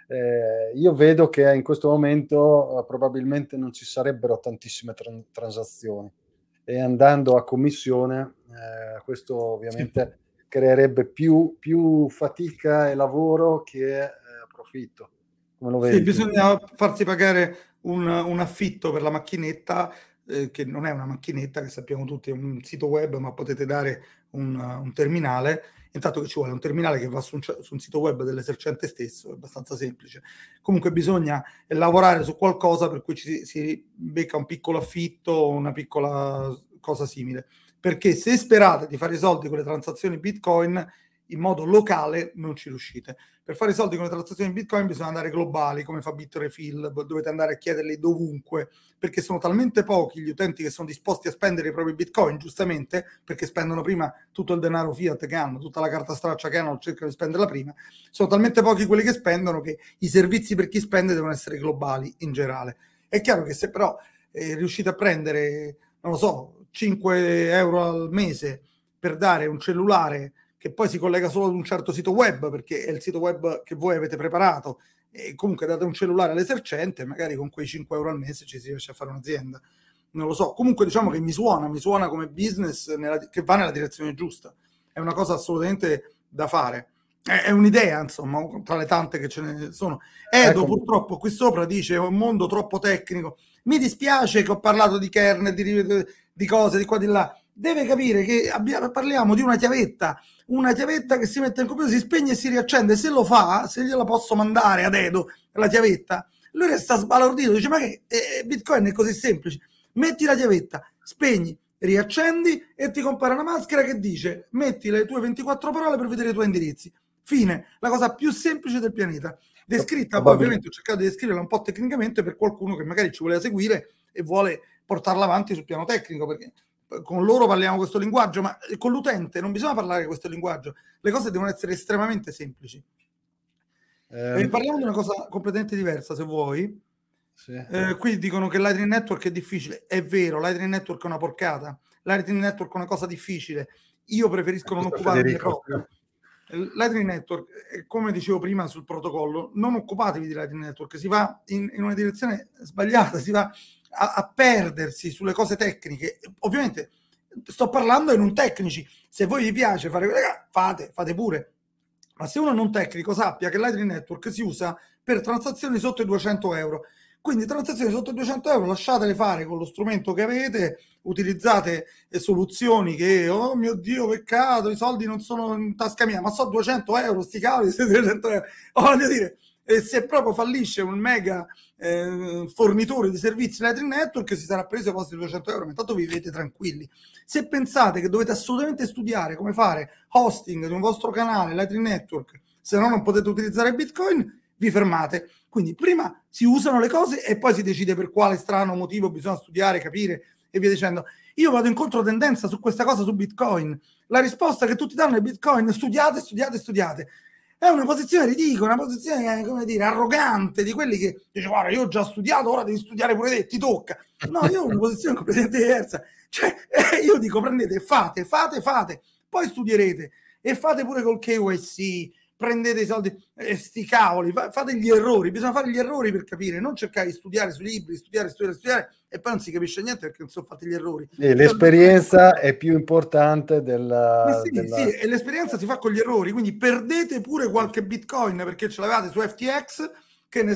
Eh, io vedo che in questo momento eh, probabilmente non ci sarebbero tantissime tran- transazioni e andando a commissione, eh, questo Sì. ovviamente creerebbe più, più fatica e lavoro che eh, profitto. Come lo Sì, vedi tu? bisogna farsi pagare un, un affitto per la macchinetta, eh, che non è una macchinetta, che sappiamo tutti è un sito web, ma potete dare un, un terminale. Intanto che ci vuole un terminale che va su un, su un sito web dell'esercente stesso, è abbastanza semplice. Comunque bisogna lavorare su qualcosa per cui ci si, si becca un piccolo affitto o una piccola cosa simile. Perché se sperate di fare i soldi con le transazioni Bitcoin, in modo locale non ci riuscite. Per fare i soldi con le transazioni Bitcoin bisogna andare globali, come fa Bitrefill, dovete andare a chiederli dovunque, perché sono talmente pochi gli utenti che sono disposti a spendere i propri Bitcoin, giustamente, perché spendono prima tutto il denaro fiat che hanno, tutta la carta straccia che hanno, cercano di spenderla prima. Sono talmente pochi quelli che spendono che i servizi per chi spende devono essere globali in generale. È chiaro che se però eh, riuscite a prendere, non lo so, cinque euro al mese per dare un cellulare che poi si collega solo ad un certo sito web, perché è il sito web che voi avete preparato, e comunque date un cellulare all'esercente, magari con quei cinque euro al mese ci si riesce a fare un'azienda. Non lo so, comunque diciamo che mi suona, mi suona come business nella, che va nella direzione giusta. È una cosa assolutamente da fare. È, è un'idea, insomma, tra le tante che ce ne sono. Edo, Ecco, purtroppo, qui sopra dice: è un mondo troppo tecnico. Mi dispiace che ho parlato di kernel, di, di cose, di qua di là. Deve capire che abbiamo, parliamo di una chiavetta una chiavetta che si mette in computer, si spegne e si riaccende. Se lo fa, se gliela posso mandare ad Edo la chiavetta, lui resta sbalordito, dice: ma che eh, Bitcoin è così semplice? Metti la chiavetta, spegni, riaccendi e ti compare una maschera che dice: metti le tue ventiquattro parole per vedere i tuoi indirizzi. Fine, la cosa più semplice del pianeta. Descritta, poi probabilmente. ovviamente ho cercato di descriverla un po' tecnicamente per qualcuno che magari ci voleva seguire e vuole portarla avanti sul piano tecnico, perché con loro parliamo questo linguaggio, ma con l'utente non bisogna parlare questo linguaggio, le cose devono essere estremamente semplici. Eh, Ehm, parliamo di una cosa completamente diversa, se vuoi. sì. Eh, qui dicono che Lightning Network è difficile. È vero, Lightning Network è una porcata. Lightning Network è una cosa difficile. Io preferisco non Questo è occuparmene Federico. troppo. Lightning Network, come dicevo prima sul protocollo, non occupatevi di Lightning Network, si va in, in una direzione sbagliata, si va a, a perdersi sulle cose tecniche. Ovviamente sto parlando ai non tecnici, se voi vi piace fare, fate, fate pure, ma se uno non tecnico sappia che Lightning Network si usa per transazioni sotto i duecento euro. Quindi transazioni sotto i duecento euro lasciatele fare con lo strumento che avete, utilizzate soluzioni che, oh mio Dio, peccato, i soldi non sono in tasca mia, ma so duecento euro, sti cavoli, trecento euro. Oh, voglio dire, e se proprio fallisce un mega eh, fornitore di servizi Lightning Network si sarà preso i vostri duecento euro, ma intanto vivete tranquilli. Se pensate che dovete assolutamente studiare come fare hosting di un vostro canale Lightning Network, se no non potete utilizzare Bitcoin, vi fermate. Quindi prima si usano le cose e poi si decide per quale strano motivo bisogna studiare, capire e via dicendo. Io vado in controtendenza su questa cosa su Bitcoin. La risposta che tutti danno è Bitcoin, studiate, studiate, studiate. È una posizione ridicola, una posizione, come dire, arrogante di quelli che dice: guarda, io ho già studiato, ora devi studiare pure te, ti tocca. No, io ho una posizione completamente diversa. Cioè, eh, io dico, prendete, fate, fate, fate, poi studierete e fate pure col K Y C, prendete i soldi, eh, sti cavoli, fa, fate gli errori, bisogna fare gli errori per capire, non cercare di studiare sui libri, studiare, studiare, studiare e poi non si capisce niente perché non sono fatti gli errori. E Cioè, l'esperienza è più importante ma della, sì, sì, della... e l'esperienza si fa con gli errori, quindi perdete pure qualche bitcoin perché ce l'avete su F T X, che ne so,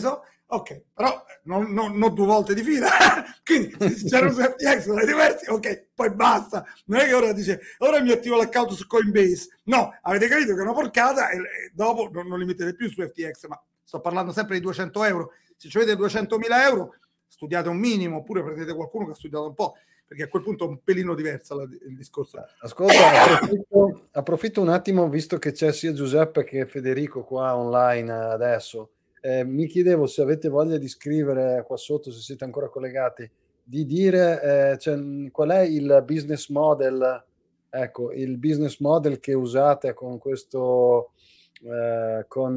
Ok, però non, non, non due volte di fila. Quindi se c'erano su F T X, sono diversi, ok, poi basta. Non è che ora dice, ora mi attivo l'account su Coinbase. No, avete capito che è una porcata e, e dopo non, non li mettete più su F T X, ma sto parlando sempre di duecento euro. Se ci avete duecentomila euro, studiate un minimo, oppure prendete qualcuno che ha studiato un po', perché a quel punto è un pelino diverso la, il discorso. Ascolta, approfitto, approfitto un attimo, visto che c'è sia Giuseppe che Federico qua online adesso. Eh, mi chiedevo se avete voglia di scrivere qua sotto, se siete ancora collegati, di dire eh, cioè, qual è il business model, ecco, il business model che usate con questo, eh, con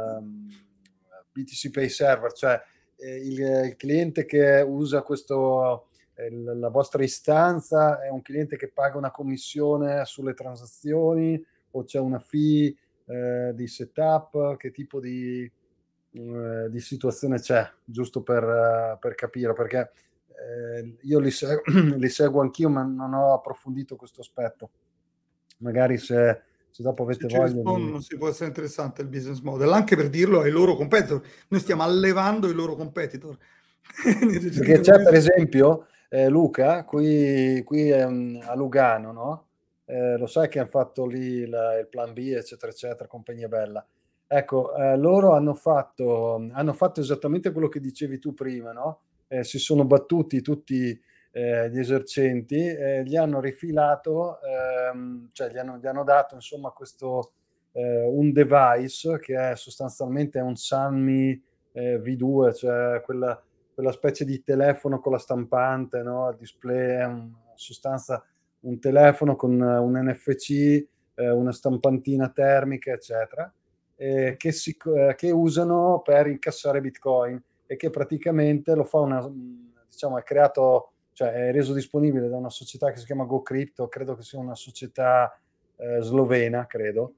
eh, B T C Pay Server, cioè eh, il, il cliente che usa questo, eh, la vostra istanza è un cliente che paga una commissione sulle transazioni o c'è una fee eh, di setup, che tipo di eh, di situazione c'è, giusto per, uh, per capire, perché eh, io li, seg- li seguo anch'io, ma non ho approfondito questo aspetto. Magari se, se dopo avete Se ci voglia di... rispondono, si può essere interessante il business model, anche per dirlo ai loro competitor. Noi stiamo allevando i loro competitor. Perché c'è per esempio eh, Luca, qui, qui ehm, a Lugano, no? Eh, lo sai che hanno fatto lì la- il plan B, eccetera, eccetera, compagnia bella. Ecco, eh, loro hanno fatto, hanno fatto esattamente quello che dicevi tu prima, no? Eh, si sono battuti tutti eh, gli esercenti, eh, gli hanno rifilato, ehm, cioè gli hanno, gli hanno dato insomma questo, eh, un device che è sostanzialmente un Sanmi eh, V due, cioè quella quella specie di telefono con la stampante, no? Il display è un, in sostanza un telefono con un N F C, eh, una stampantina termica, eccetera, eh, che, si, eh, che usano per incassare Bitcoin e che praticamente lo fa una, diciamo, è creato, cioè è reso disponibile da una società che si chiama GoCrypto, credo che sia una società eh, slovena, credo.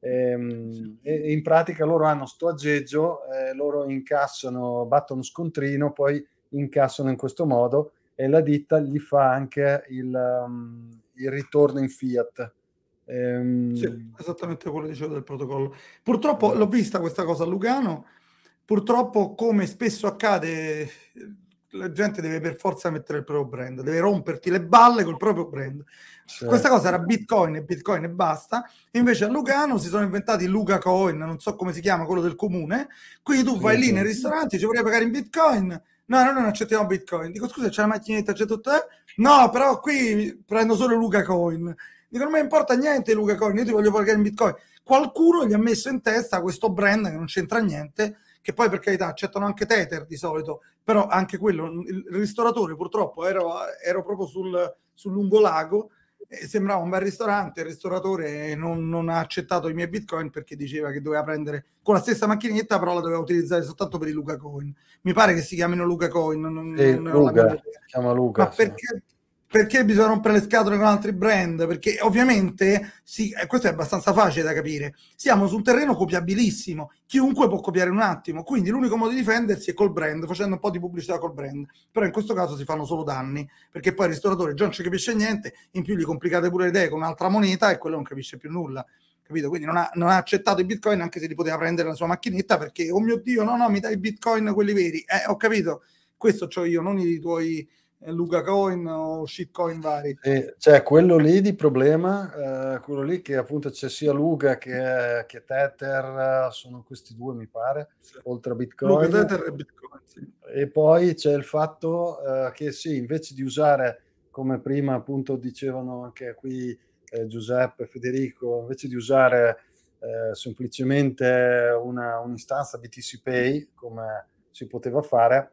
Ehm, E, e in pratica loro hanno sto aggeggio, eh, loro incassano, battono scontrino, poi incassano in questo modo e la ditta gli fa anche il, um, il ritorno in fiat. Sì, Ehm, esattamente quello che dicevo del protocollo. Purtroppo l'ho esatto. vista questa cosa a Lugano, purtroppo come spesso accade, la gente deve per forza mettere il proprio brand, deve romperti le balle col proprio brand. Sì. Questa cosa era Bitcoin e Bitcoin e basta, invece a Lugano si sono inventati Luga Coin, non so come si chiama, quello del comune, quindi tu Sì, vai lì sì. nei ristoranti, ci vorrei pagare in Bitcoin, no, noi non accettiamo Bitcoin, dico scusa c'è la macchinetta, c'è tutto, eh? No, però qui prendo solo Luga Coin. Dico, non mi importa niente Luca Coin, io ti voglio pagare in Bitcoin. Qualcuno gli ha messo in testa questo brand che non c'entra niente, che poi per carità accettano anche Tether di solito, però anche quello, il ristoratore purtroppo ero, ero proprio sul, sul lungolago e sembrava un bel ristorante, il ristoratore non, non ha accettato i miei Bitcoin perché diceva che doveva prendere con la stessa macchinetta, però la doveva utilizzare soltanto per i Luca Coin. Mi pare che si chiamino Luca Coin, non, Sì, non ne ho la Luga, minima si idea. chiama Luga, Ma sì. perché, perché bisogna rompere le scatole con altri brand? Perché ovviamente, sì, eh, questo è abbastanza facile da capire, siamo su un terreno copiabilissimo, chiunque può copiare un attimo, quindi l'unico modo di difendersi è col brand, facendo un po' di pubblicità col brand, però in questo caso si fanno solo danni, perché poi il ristoratore già non ci capisce niente, in più gli complicate pure le idee con un'altra moneta e quello non capisce più nulla. Capito? Quindi non ha, non ha accettato i bitcoin anche se li poteva prendere la sua macchinetta perché, oh mio Dio, no, no, mi dai i bitcoin quelli veri. Eh, ho capito, questo c'ho io, non i tuoi Luca Coin o shitcoin vari. Sì, cioè quello lì di problema, eh, quello lì che appunto c'è sia Luga che, che Tether, sono questi due mi pare, Sì. oltre a Luca Bitcoin. Tether e Bitcoin, sì. E poi c'è il fatto eh, che sì, invece di usare, come prima appunto dicevano anche qui eh, Giuseppe, Federico, invece di usare eh, semplicemente una, un'istanza B T C Pay, come si poteva fare,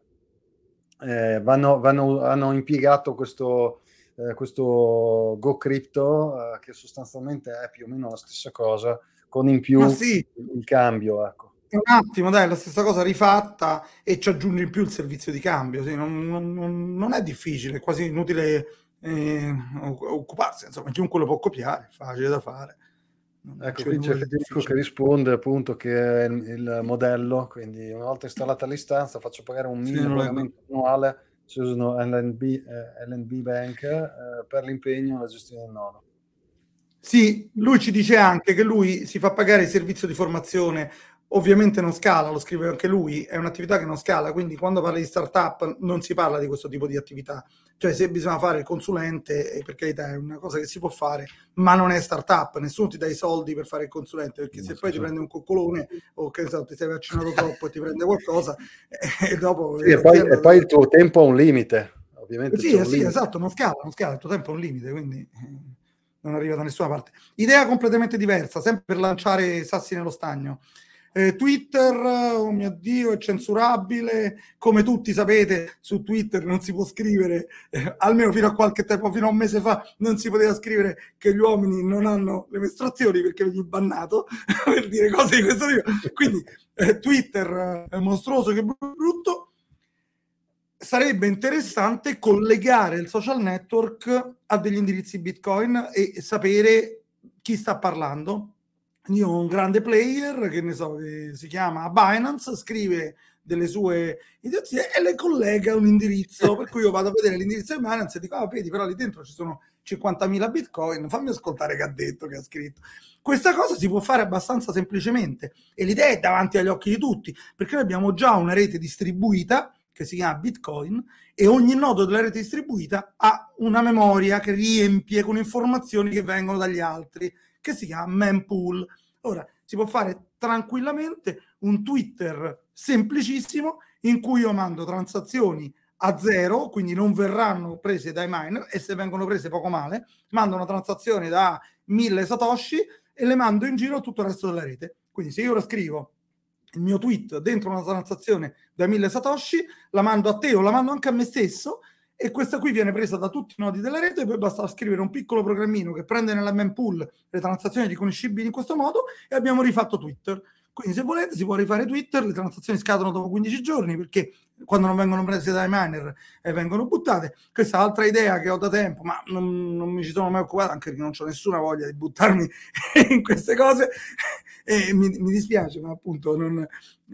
eh, vanno, vanno, hanno impiegato questo, eh, questo GoCrypto, eh, che sostanzialmente è più o meno la stessa cosa, con in Ma più sì, il cambio, ecco. un attimo, dai, la stessa cosa rifatta e ci aggiungi in più il servizio di cambio. Sì, non, non- non- non è difficile, è quasi inutile eh, occuparsi, insomma, chiunque lo può copiare, è facile da fare. Non Ecco, ci qui vede c'è nulla di Federico che difficile. risponde appunto che è il, il modello, quindi una volta installata l'istanza faccio pagare un Sì, minimo lo leggo. pagamento annuale se usano L N B, eh, L N B Bank eh, per l'impegno e la gestione del nodo. Sì, lui ci dice anche che lui si fa pagare il servizio di formazione ovviamente non scala, lo scrive anche lui, è un'attività che non scala, quindi quando parli di startup non si parla di questo tipo di attività. Cioè se bisogna fare il consulente, per carità è una cosa che si può fare, ma non è startup, nessuno ti dà i soldi per fare il consulente, perché se poi ti prende un coccolone o che so, ti sei vaccinato troppo e ti prende qualcosa e dopo... Sì, e poi, e poi il tuo tempo ha un limite, ovviamente. Sì, c'è un sì, limite. esatto, non scala, non scala, il tuo tempo è un limite, quindi non arriva da nessuna parte. Idea completamente diversa, sempre per lanciare sassi nello stagno. Eh, Twitter, oh mio Dio, è censurabile, come tutti sapete su Twitter non si può scrivere, eh, almeno fino a qualche tempo, fino a un mese fa non si poteva scrivere che gli uomini non hanno le mestruazioni perché veniva bannato per dire cose di questo tipo, quindi eh, Twitter è mostruoso che brutto. Sarebbe interessante collegare il social network a degli indirizzi Bitcoin e sapere chi sta parlando. Io ho un grande player che ne so, che si chiama Binance, scrive delle sue idiozie e le collega a un indirizzo, per cui io vado a vedere l'indirizzo di Binance e dico, ah, vedi, però lì dentro ci sono cinquantamila Bitcoin, fammi ascoltare che ha detto, che ha scritto. Questa cosa si può fare abbastanza semplicemente e l'idea è davanti agli occhi di tutti, perché noi abbiamo già una rete distribuita che si chiama Bitcoin e ogni nodo della rete distribuita ha una memoria che riempie con informazioni che vengono dagli altri, che si chiama mempool. Ora, si può fare tranquillamente un Twitter semplicissimo in cui io mando transazioni a zero, quindi non verranno prese dai miner e se vengono prese poco male, mando una transazione da mille satoshi e le mando in giro a tutto il resto della rete. Quindi se io ora scrivo il mio tweet dentro una transazione da mille satoshi, la mando a te o la mando anche a me stesso e questa qui viene presa da tutti i nodi della rete e poi basta scrivere un piccolo programmino che prende nella mempool le transazioni riconoscibili in questo modo e abbiamo rifatto Twitter. Quindi se volete si può rifare Twitter, le transazioni scadono dopo quindici giorni perché quando non vengono prese dai miner e vengono buttate. Questa è un'altra idea che ho da tempo, ma non, non mi ci sono mai occupato, anche perché non ho nessuna voglia di buttarmi in queste cose e mi, mi dispiace, ma appunto non,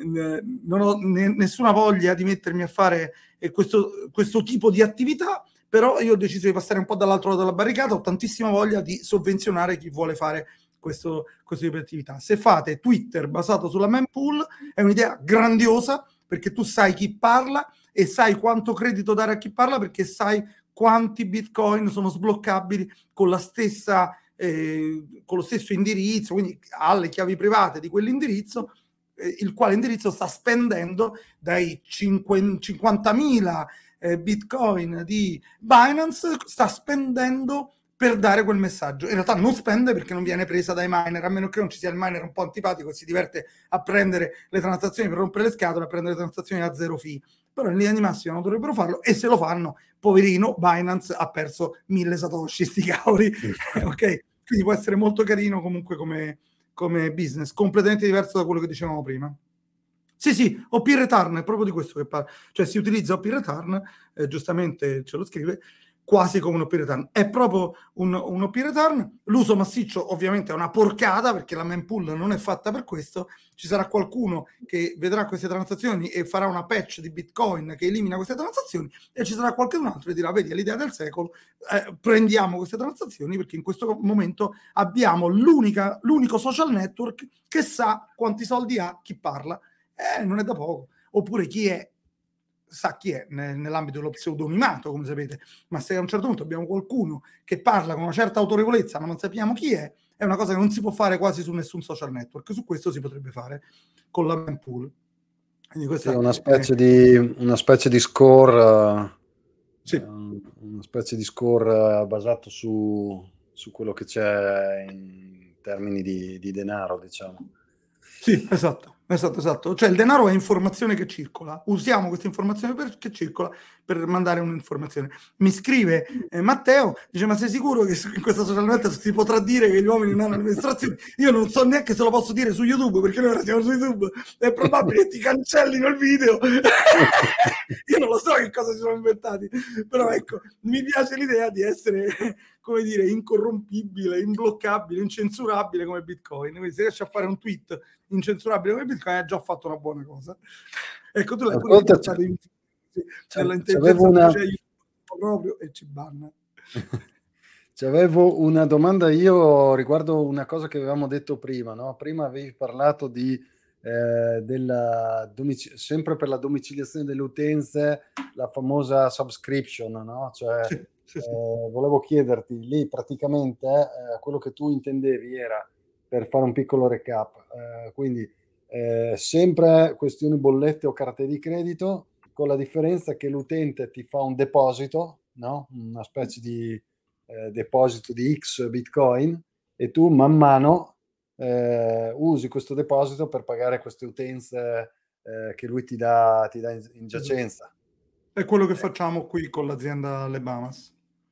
non ho ne, nessuna voglia di mettermi a fare questo, questo tipo di attività, però io ho deciso di passare un po' dall'altro lato della barricata, ho tantissima voglia di sovvenzionare chi vuole fare questo, questo tipo di attività. Se fate Twitter basato sulla mempool è un'idea grandiosa perché tu sai chi parla e sai quanto credito dare a chi parla perché sai quanti bitcoin sono sbloccabili con la stessa eh, con lo stesso indirizzo, quindi alle chiavi private di quell'indirizzo, eh, il quale indirizzo sta spendendo dai cinquantamila eh, bitcoin di Binance, sta spendendo per dare quel messaggio. In realtà non spende perché non viene presa dai miner, a meno che non ci sia il miner un po' antipatico e si diverte a prendere le transazioni per rompere le scatole, a prendere le transazioni a zero fee. Però in linea di massima non dovrebbero farlo e se lo fanno, poverino, Binance ha perso mille satoshi, sti cavoli, ok? Quindi può essere molto carino comunque come, come business, completamente diverso da quello che dicevamo prima. Sì, sì, O P Return è proprio di questo che parla, cioè si utilizza O P Return, eh, giustamente ce lo scrive, quasi come un O P Return. È proprio un, un O P Return. L'uso massiccio ovviamente è una porcata perché la mempool non è fatta per questo. Ci sarà qualcuno che vedrà queste transazioni e farà una patch di Bitcoin che elimina queste transazioni e ci sarà qualcun altro che dirà vedi è l'idea del secolo, eh, prendiamo queste transazioni perché in questo momento abbiamo l'unica, l'unico social network che sa quanti soldi ha chi parla. Eh, non è da poco. Oppure chi è sa chi è nell'ambito dello pseudonimato, come sapete, ma se a un certo punto abbiamo qualcuno che parla con una certa autorevolezza ma non sappiamo chi è, è una cosa che non si può fare quasi su nessun social network. Su questo si potrebbe fare con la mempool. Quindi questa sì, una specie è... di una specie di score uh, sì. uh, una specie di score uh, basato su, su quello che c'è in termini di, di denaro, diciamo. Sì, esatto, esatto, esatto. Cioè il denaro è informazione che circola. Usiamo questa informazione per, che circola per mandare un'informazione. Mi scrive eh, Matteo, dice ma sei sicuro che in questa social network si potrà dire che gli uomini non hanno amministrazioni? Io non so neanche se lo posso dire su YouTube perché noi ora siamo su YouTube. È probabile che ti cancellino il video. Io non lo so che cosa si sono inventati. Però ecco, mi piace l'idea di essere... come dire, incorrompibile, imbloccabile, incensurabile come Bitcoin. Quindi se riesci a fare un tweet incensurabile come Bitcoin hai già fatto una buona cosa. Ecco, tu l'hai pure portato in nell'intelligenza una... proprio e ci banna. C'avevo una domanda io riguardo una cosa che avevamo detto prima, no? Prima avevi parlato di eh, della domici- sempre per la domiciliazione delle utenze, la famosa subscription, no? Cioè, Sì, sì, sì. eh, volevo chiederti, lì praticamente eh, quello che tu intendevi era, per fare un piccolo recap, eh, quindi eh, sempre questioni bollette o carte di credito, con la differenza che l'utente ti fa un deposito, no? Una specie di eh, deposito di X Bitcoin, e tu man mano eh, usi questo deposito per pagare queste utenze eh, che lui ti dà, ti dà in, in Esatto. giacenza. È quello che Eh, facciamo qui con l'azienda Le Bahamas.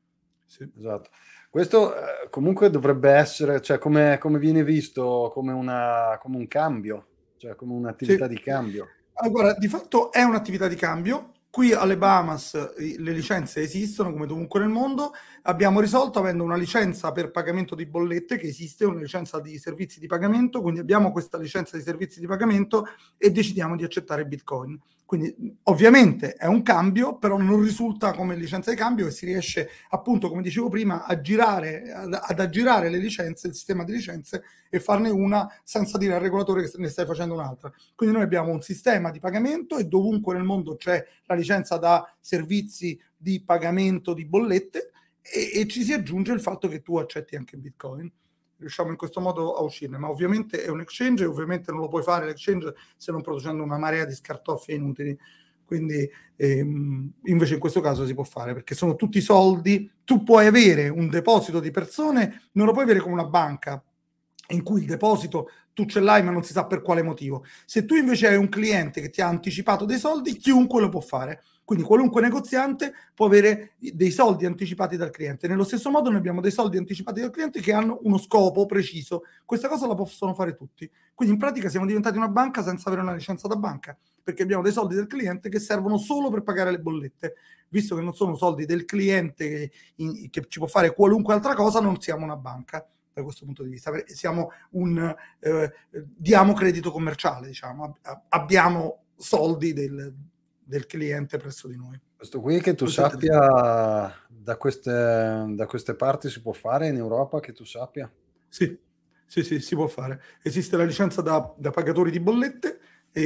Sì. esatto. Questo eh, comunque dovrebbe essere, cioè come, come viene visto come, una, come un cambio, cioè come un'attività Sì. di cambio. Ah, guarda, di fatto è un'attività di cambio. Qui alle Bahamas i- le licenze esistono come dovunque nel mondo. Abbiamo risolto avendo una licenza per pagamento di bollette, che esiste, una licenza di servizi di pagamento, quindi abbiamo questa licenza di servizi di pagamento e decidiamo di accettare Bitcoin. Quindi ovviamente è un cambio, però non risulta come licenza di cambio e si riesce appunto, come dicevo prima, a girare, ad, ad aggirare le licenze, il sistema di licenze e farne una senza dire al regolatore che ne stai facendo un'altra. Quindi noi abbiamo un sistema di pagamento e dovunque nel mondo c'è la licenza da servizi di pagamento di bollette e, e ci si aggiunge il fatto che tu accetti anche Bitcoin. Riusciamo in questo modo a uscirne, ma ovviamente è un exchange e ovviamente non lo puoi fare l'exchange se non producendo una marea di scartoffie inutili. Quindi ehm, invece in questo caso si può fare perché sono tutti soldi. Tu puoi avere un deposito di persone, non lo puoi avere come una banca in cui il deposito tu ce l'hai ma non si sa per quale motivo. Se tu invece hai un cliente che ti ha anticipato dei soldi, chiunque lo può fare. Quindi qualunque negoziante può avere dei soldi anticipati dal cliente. Nello stesso modo noi abbiamo dei soldi anticipati dal cliente che hanno uno scopo preciso. Questa cosa la possono fare tutti. Quindi in pratica siamo diventati una banca senza avere una licenza da banca, perché abbiamo dei soldi del cliente che servono solo per pagare le bollette. Visto che non sono soldi del cliente che, in, che ci può fare qualunque altra cosa, non siamo una banca da questo punto di vista. Siamo un eh, diamo credito commerciale, diciamo, abbiamo soldi del, del cliente presso di noi. Questo qui che tu sappia da queste, da queste parti si può fare in Europa, che tu sappia? Sì, sì, sì, si può fare. Esiste la licenza da, da pagatori di bollette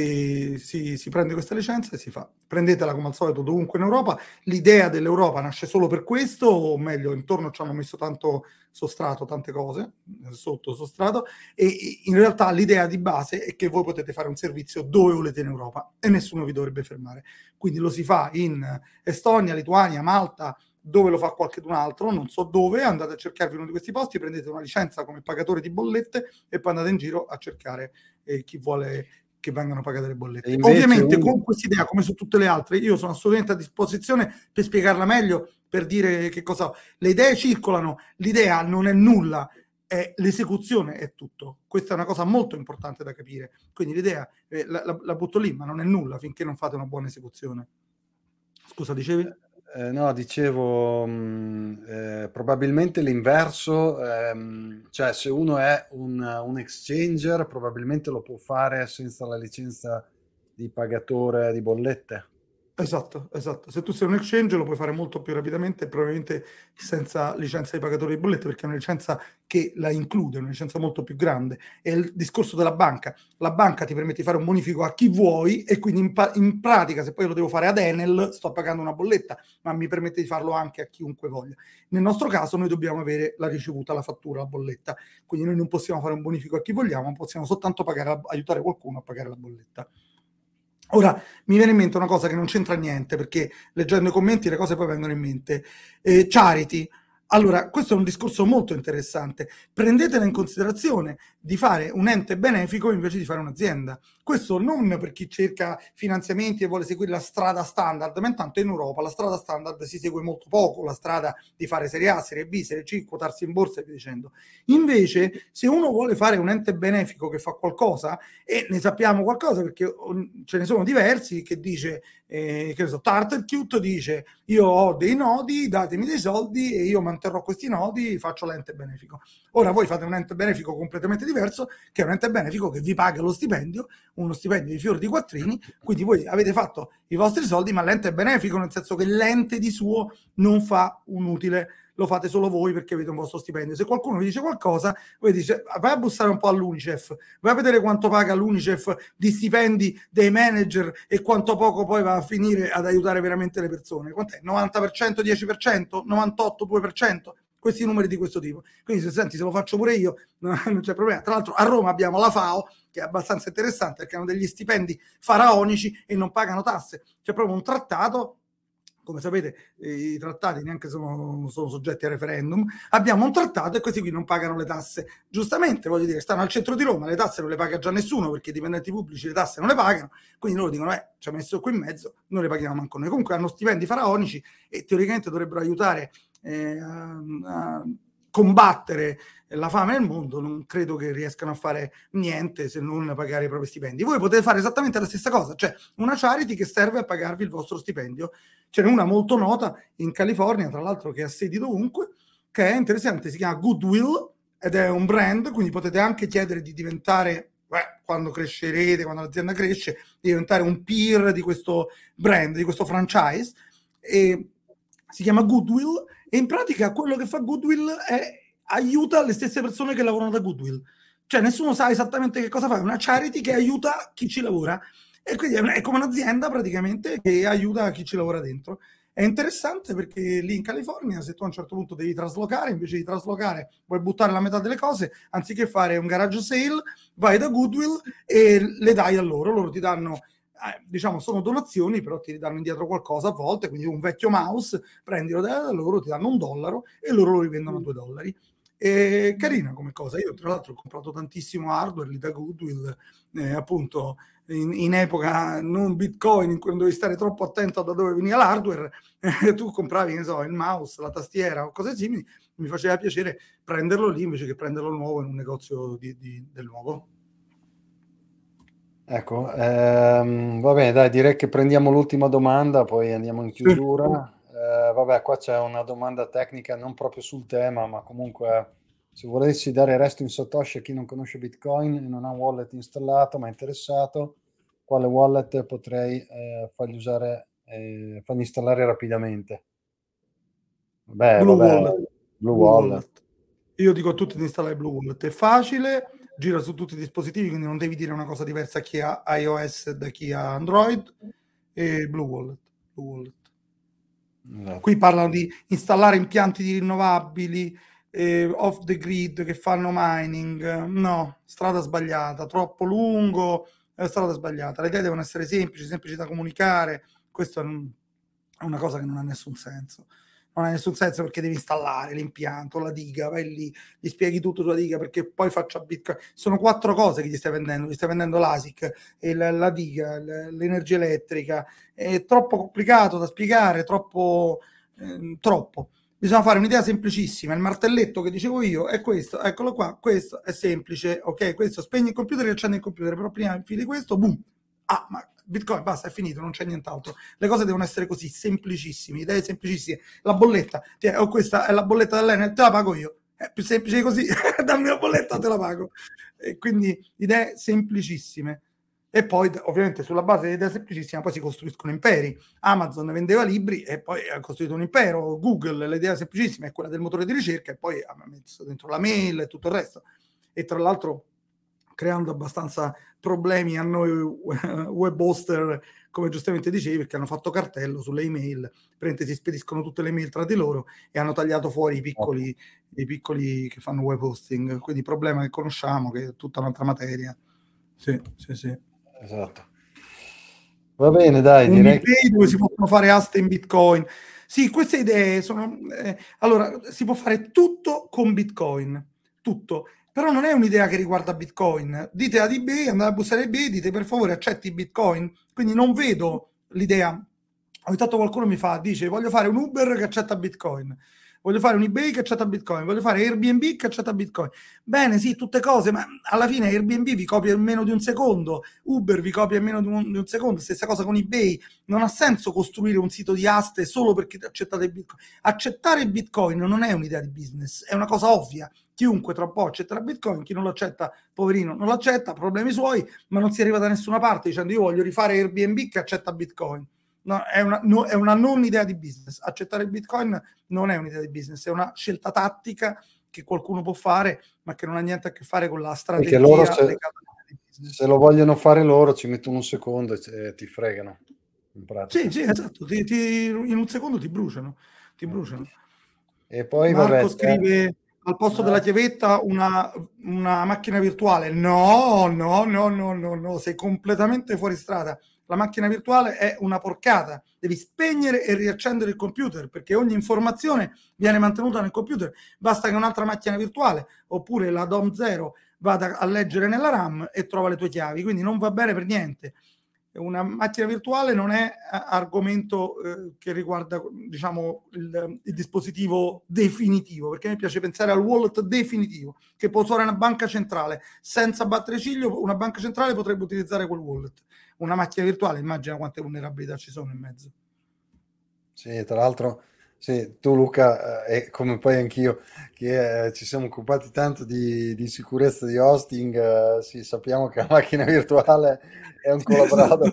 e si, si prende questa licenza e si fa. Prendetela come al solito dovunque in Europa. L'idea dell'Europa nasce solo per questo, o meglio, intorno ci hanno messo tanto sostrato, tante cose, sotto sostrato, e in realtà l'idea di base è che voi potete fare un servizio dove volete in Europa e nessuno vi dovrebbe fermare. Quindi lo si fa in Estonia, Lituania, Malta, dove lo fa qualcun altro, non so dove, andate a cercarvi uno di questi posti, prendete una licenza come pagatore di bollette e poi andate in giro a cercare eh, chi vuole che vengano pagate le bollette. Ovviamente un... con questa idea, come su tutte le altre, io sono assolutamente a disposizione per spiegarla meglio, per dire che cosa... Le idee circolano, l'idea non è nulla, è l'esecuzione è tutto. Questa è una cosa molto importante da capire. Quindi l'idea eh, la, la, la butto lì, ma non è nulla finché non fate una buona esecuzione. Scusa, dicevi? Eh, no, dicevo, mh, eh, probabilmente l'inverso, ehm, cioè se uno è un, un exchanger, probabilmente lo può fare senza la licenza di pagatore di bollette. Esatto, esatto. Se tu sei un exchange lo puoi fare molto più rapidamente e probabilmente senza licenza di pagatore di bollette, perché è una licenza che la include, una licenza molto più grande. È il discorso della banca. La banca ti permette di fare un bonifico a chi vuoi e quindi in, pa- in pratica se poi lo devo fare ad Enel sto pagando una bolletta, ma mi permette di farlo anche a chiunque voglia. Nel nostro caso noi dobbiamo avere la ricevuta, la fattura, la bolletta. Quindi noi non possiamo fare un bonifico a chi vogliamo, ma possiamo soltanto pagare, aiutare qualcuno a pagare la bolletta. Ora, mi viene in mente una cosa che non c'entra niente, perché leggendo i commenti le cose poi vengono in mente. Eh, Charity. Allora, questo è un discorso molto interessante. Prendetela in considerazione di fare un ente benefico invece di fare un'azienda. Questo non per chi cerca finanziamenti e vuole seguire la strada standard, ma intanto in Europa la strada standard si segue molto poco, la strada di fare serie A, serie B, serie C, quotarsi in borsa e via dicendo. Invece, se uno vuole fare un ente benefico che fa qualcosa, e ne sappiamo qualcosa perché ce ne sono diversi, che dice, eh, che ne so, Turtlecute dice io ho dei nodi, datemi dei soldi e io manterrò questi nodi, faccio l'ente benefico. Ora voi fate un ente benefico completamente diverso, che è un ente benefico che vi paga lo stipendio, uno stipendio di fior di quattrini, quindi voi avete fatto i vostri soldi, ma l'ente è benefico, nel senso che l'ente di suo non fa un utile. lo fate solo voi perché avete un vostro stipendio. Se qualcuno vi dice qualcosa, voi dice vai a bussare un po' all'Unicef, vai a vedere quanto paga l'Unicef di stipendi dei manager e quanto poco poi va a finire ad aiutare veramente le persone. Quant'è? novanta per cento, dieci per cento, novantotto, due per cento? Questi numeri di questo tipo. Quindi se senti, se lo faccio pure io, non c'è problema. Tra l'altro a Roma abbiamo la FAO, che è abbastanza interessante perché hanno degli stipendi faraonici e non pagano tasse. C'è proprio un trattato, come sapete i trattati neanche sono, sono soggetti a referendum, abbiamo un trattato e questi qui non pagano le tasse. Giustamente, voglio dire, stanno al centro di Roma, le tasse non le paga già nessuno perché i dipendenti pubblici le tasse non le pagano, quindi loro dicono eh, ci ha messo qui in mezzo, non le paghiamo manco noi. Comunque hanno stipendi faraonici e teoricamente dovrebbero aiutare eh, a, a combattere la fame nel mondo. Non credo che riescano a fare niente se non pagare i propri stipendi. Voi potete fare esattamente la stessa cosa, cioè una charity che serve a pagarvi il vostro stipendio. Ce n'è una molto nota in California, tra l'altro, che ha sedi dovunque, che è interessante, si chiama Goodwill ed è un brand, quindi potete anche chiedere di diventare, beh, quando crescerete, quando l'azienda cresce, di diventare un peer di questo brand, di questo franchise, e si chiama Goodwill, e in pratica quello che fa Goodwill è aiuta le stesse persone che lavorano da Goodwill. Cioè nessuno sa esattamente che cosa fa, è una charity che aiuta chi ci lavora, e quindi è, una, è come un'azienda praticamente che aiuta chi ci lavora dentro. È interessante perché lì in California, se tu a un certo punto devi traslocare, invece di traslocare vuoi buttare la metà delle cose, anziché fare un garage sale, vai da Goodwill e le dai a loro, loro ti danno, eh, diciamo, sono donazioni, però ti danno indietro qualcosa a volte, quindi un vecchio mouse, prendilo da loro, ti danno un dollaro e loro lo rivendono a due dollari. È carina come cosa. Io tra l'altro ho comprato tantissimo hardware lì da Goodwill, eh, appunto in, in epoca non Bitcoin, in cui non dovevi stare troppo attento da dove veniva l'hardware, eh, tu compravi, ne so, il mouse, la tastiera o cose simili, mi faceva piacere prenderlo lì invece che prenderlo nuovo in un negozio di, di, del nuovo. Ecco, ehm, va bene, dai, direi che prendiamo l'ultima domanda, poi andiamo in chiusura. Eh, vabbè, qua c'è una domanda tecnica non proprio sul tema, ma comunque se volessi dare resto in Satoshi a chi non conosce Bitcoin e non ha un wallet installato ma è interessato, quale wallet potrei eh, fargli usare, eh, fargli installare rapidamente? Beh, Blue vabbè, Wallet. Blue, Blue Wallet. Wallet. Io dico a tutti di installare Blue Wallet, è facile, gira su tutti i dispositivi, quindi non devi dire una cosa diversa a chi ha iOS da chi ha Android. E Blue Wallet. Blue Wallet. Esatto. Qui parlano di installare impianti di rinnovabili, eh, off the grid che fanno mining. No, strada sbagliata, troppo lungo, è strada sbagliata. Le idee devono essere semplici, semplici da comunicare. Questo è, un, è una cosa che non ha nessun senso. Non ha nessun senso perché devi installare l'impianto, la diga, vai lì, gli spieghi tutto sulla diga perché poi faccia Bitcoin. Sono quattro cose che gli stai vendendo, gli stai vendendo l'A S I C, la, la diga, l'energia elettrica. È troppo complicato da spiegare, troppo, eh, troppo. Bisogna fare un'idea semplicissima. Il martelletto che dicevo io è questo, eccolo qua, questo è semplice, ok? Questo spegni il computer e accende il computer, però prima infili questo, boom. Ah, ma Bitcoin, basta, è finito, non c'è nient'altro. Le cose devono essere così, semplicissime, idee semplicissime. La bolletta, oh, questa è la bolletta dell'Enel, te la pago io. È più semplice così, dammi la bolletta, te la pago. E quindi idee semplicissime. E poi ovviamente sulla base di idee semplicissime poi si costruiscono imperi. Amazon vendeva libri e poi ha costruito un impero. Google, l'idea semplicissima è quella del motore di ricerca e poi ha messo dentro la mail e tutto il resto. E tra l'altro creando abbastanza problemi a noi web hoster, come giustamente dicevi, perché hanno fatto cartello sulle email, si spediscono tutte le email tra di loro e hanno tagliato fuori i piccoli, i piccoli che fanno web hosting. Quindi problema che conosciamo, che è tutta un'altra materia. Sì, sì, sì. Esatto. Va bene, dai, un direi eBay che... dove si possono fare aste in Bitcoin. Sì, queste idee sono... Eh, allora, si può fare tutto con Bitcoin, tutto. Però non è un'idea che riguarda Bitcoin. Dite ad eBay, andate a bussare eBay, dite per favore accetti Bitcoin. Quindi non vedo l'idea. Ogni tanto qualcuno mi fa, dice voglio fare un Uber che accetta Bitcoin. Voglio fare un eBay che accetta Bitcoin, voglio fare Airbnb che accetta Bitcoin. Bene, sì, tutte cose, ma alla fine Airbnb vi copia in meno di un secondo, Uber vi copia in meno di un, di un secondo, stessa cosa con eBay. Non ha senso costruire un sito di aste solo perché accettate Bitcoin. Accettare Bitcoin non è un'idea di business, è una cosa ovvia. Chiunque tra un po' accetterà Bitcoin, chi non lo accetta, poverino, non lo accetta, problemi suoi, ma non si arriva da nessuna parte dicendo io voglio rifare Airbnb che accetta Bitcoin. no, è, una, no, è una non idea di business. Accettare il Bitcoin non è un'idea di business, è una scelta tattica che qualcuno può fare, ma che non ha niente a che fare con la strategia loro se, legata al business. Se lo vogliono fare loro, ci mettono un secondo e eh, ti fregano. In pratica. Sì, sì, esatto. Ti, ti, in un secondo ti bruciano. Ti bruciano. E poi, Marco vabbè, scrive al posto della chiavetta una, una macchina virtuale. No, no, no, no, no, no, sei completamente fuori strada. La macchina virtuale è una porcata. Devi spegnere e riaccendere il computer, perché ogni informazione viene mantenuta nel computer. Basta che un'altra macchina virtuale, oppure la D O M zero, vada a leggere nella RAM e trova le tue chiavi. Quindi non va bene per niente. Una macchina virtuale non è argomento eh, che riguarda, diciamo, il, il dispositivo definitivo, perché a me piace pensare al wallet definitivo, che può usare una banca centrale. Senza battere ciglio, una banca centrale potrebbe utilizzare quel wallet. Una macchina virtuale, immagina quante vulnerabilità ci sono in mezzo. Sì, tra l'altro, sì, tu Luca, eh, e come poi anch'io, che eh, ci siamo occupati tanto di, di sicurezza di hosting, eh, sì, sappiamo che la macchina virtuale è un Sì, esatto. colabrodo.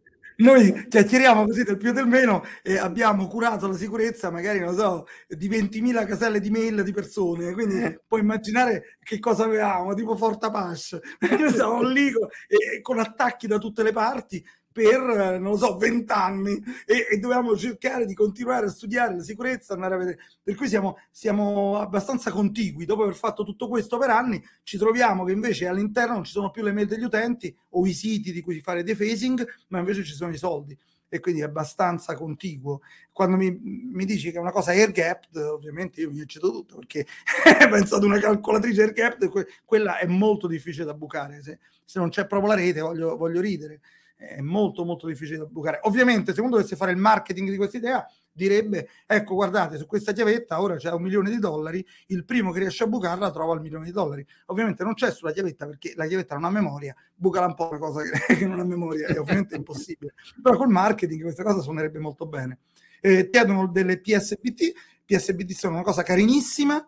Noi chiacchieriamo così del più e del meno e abbiamo curato la sicurezza magari, non so, di ventimila caselle di mail di persone, quindi puoi immaginare che cosa avevamo, tipo Fortapash. Noi stavamo lì con, e, con attacchi da tutte le parti per, non lo so, vent'anni e, e dovevamo cercare di continuare a studiare la sicurezza, andare a vedere. Per cui siamo, siamo abbastanza contigui. Dopo aver fatto tutto questo per anni, ci troviamo che invece all'interno non ci sono più le mail degli utenti o i siti di cui fare defacing, ma invece ci sono i soldi. E quindi è abbastanza contiguo. Quando mi, mi dici che è una cosa air gapped, ovviamente io mi eccito tutto, perché penso ad una calcolatrice air gapped, que- quella è molto difficile da bucare. Se, se non c'è proprio la rete, voglio, voglio ridere. È molto molto difficile da bucare. Ovviamente, se uno dovesse fare il marketing di questa idea, direbbe: ecco, guardate, su questa chiavetta ora c'è un milione di dollari, il primo che riesce a bucarla trova il milione di dollari. Ovviamente non c'è sulla chiavetta, perché la chiavetta non ha memoria, bucala un po' una cosa che, che non ha memoria, è ovviamente impossibile. Però col marketing questa cosa suonerebbe molto bene. Eh, chiedono delle P S B T, P S B T sono una cosa carinissima,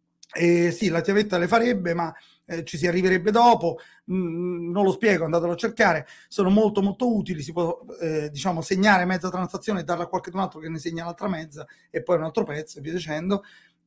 eh, sì, la chiavetta le farebbe, ma eh, ci si arriverebbe dopo. Mm, non lo spiego, andatelo a cercare. Sono molto molto utili, si può eh, diciamo segnare mezza transazione e darla a qualcun altro che ne segna l'altra mezza e poi un altro pezzo e via dicendo.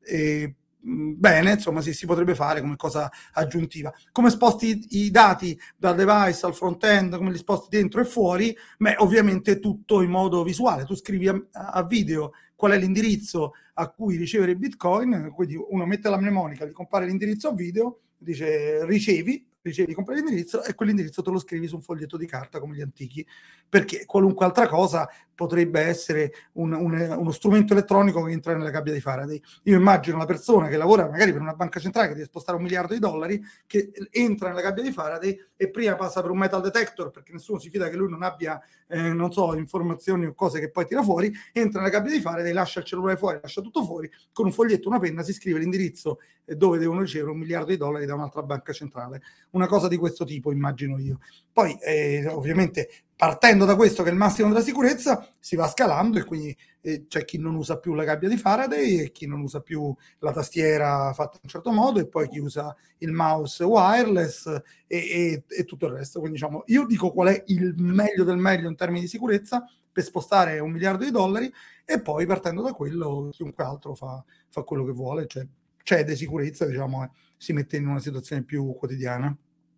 E, mh, bene, insomma, si, si potrebbe fare come cosa aggiuntiva. Come sposti i, i dati dal device al front-end, come li sposti dentro e fuori? Beh, ovviamente tutto in modo visuale. Tu scrivi a, a video qual è l'indirizzo a cui ricevere Bitcoin, quindi uno mette la mnemonica, gli compare l'indirizzo a video, dice ricevi, ricevi, compri l'indirizzo e quell'indirizzo te lo scrivi su un foglietto di carta come gli antichi, perché qualunque altra cosa potrebbe essere un, un, uno strumento elettronico che entra nella gabbia di Faraday. Io immagino una persona che lavora magari per una banca centrale che deve spostare un miliardo di dollari, che entra nella gabbia di Faraday e prima passa per un metal detector, perché nessuno si fida che lui non abbia, eh, non so, informazioni o cose che poi tira fuori, entra nella gabbia di Faraday, lascia il cellulare fuori, lascia tutto fuori, con un foglietto, una penna, si scrive l'indirizzo dove devono ricevere un miliardo di dollari da un'altra banca centrale. Una cosa di questo tipo, immagino io. Poi, eh, ovviamente, partendo da questo che è il massimo della sicurezza, si va scalando e quindi eh, c'è chi non usa più la gabbia di Faraday e chi non usa più la tastiera fatta in un certo modo e poi chi usa il mouse wireless e, e, e tutto il resto. Quindi diciamo, io dico qual è il meglio del meglio in termini di sicurezza per spostare un miliardo di dollari e poi partendo da quello chiunque altro fa, fa quello che vuole, cioè cede sicurezza, diciamo, eh, si mette in una situazione più quotidiana.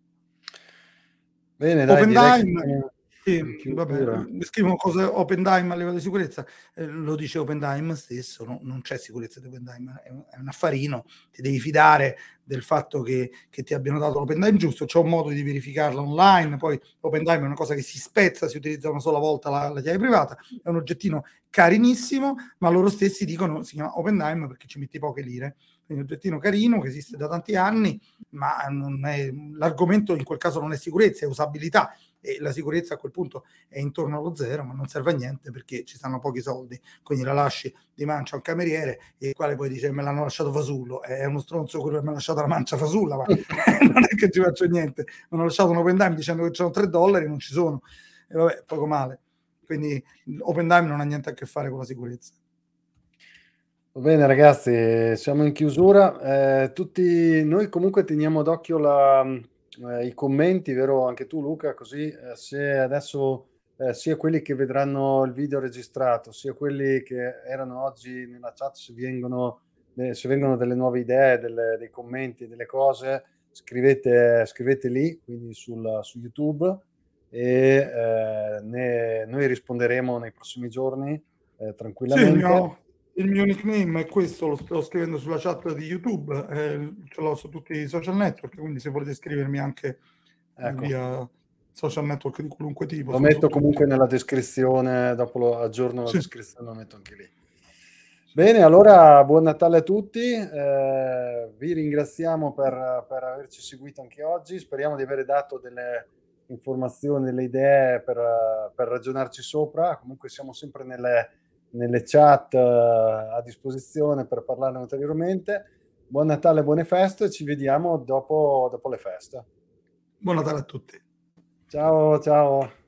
Bene, dai, OpenDime, sì, chiusura. vabbè, scrivono cose OpenDime a livello di sicurezza, eh, lo dice OpenDime stesso, no? Non c'è sicurezza di OpenDime, è un, è un affarino, ti devi fidare del fatto che, che ti abbiano dato l'OpenDime giusto, c'è un modo di verificarla online, poi OpenDime è una cosa che si spezza, si utilizza una sola volta la, la chiave privata, è un oggettino carinissimo, ma loro stessi dicono si chiama OpenDime perché ci metti poche lire, quindi un oggettino carino che esiste da tanti anni, ma non è, l'argomento in quel caso non è sicurezza, è usabilità e la sicurezza a quel punto è intorno allo zero, ma non serve a niente perché ci stanno pochi soldi, quindi la lasci di mancia a un cameriere e il quale poi dice me l'hanno lasciato fasullo, è uno stronzo quello che mi ha lasciato la mancia fasulla, ma non è che ci faccio niente, mi hanno lasciato un open dime dicendo che c'erano tre dollari, non ci sono, e vabbè, poco male, quindi open dime non ha niente a che fare con la sicurezza. Va bene ragazzi, siamo in chiusura. Eh, tutti noi comunque teniamo d'occhio la, eh, i commenti, vero? Anche tu Luca, così eh, se adesso eh, sia quelli che vedranno il video registrato, sia quelli che erano oggi nella chat, se vengono, eh, se vengono delle nuove idee, delle, dei commenti, delle cose, scrivete, scrivete lì, quindi sul, su YouTube, e eh, ne, noi risponderemo nei prossimi giorni eh, Sì, il tranquillamente. mio, il mio nickname è questo, lo sto scrivendo sulla chat di YouTube, eh, ce l'ho su tutti i social network, quindi se volete scrivermi anche eh, Ecco. via social network di qualunque tipo, Lo sono su metto tutti. comunque nella descrizione, dopo lo aggiorno la Sì, descrizione, lo metto anche lì. sì. Bene, allora buon Natale a tutti, eh, vi ringraziamo per, per averci seguito anche oggi, speriamo di avere dato delle informazioni, delle idee per, per ragionarci sopra, comunque siamo sempre nelle, nelle chat eh, a disposizione per parlarne ulteriormente. Buon Natale, buone feste, ci vediamo dopo, dopo le feste. Buon Natale a tutti. Ciao, ciao.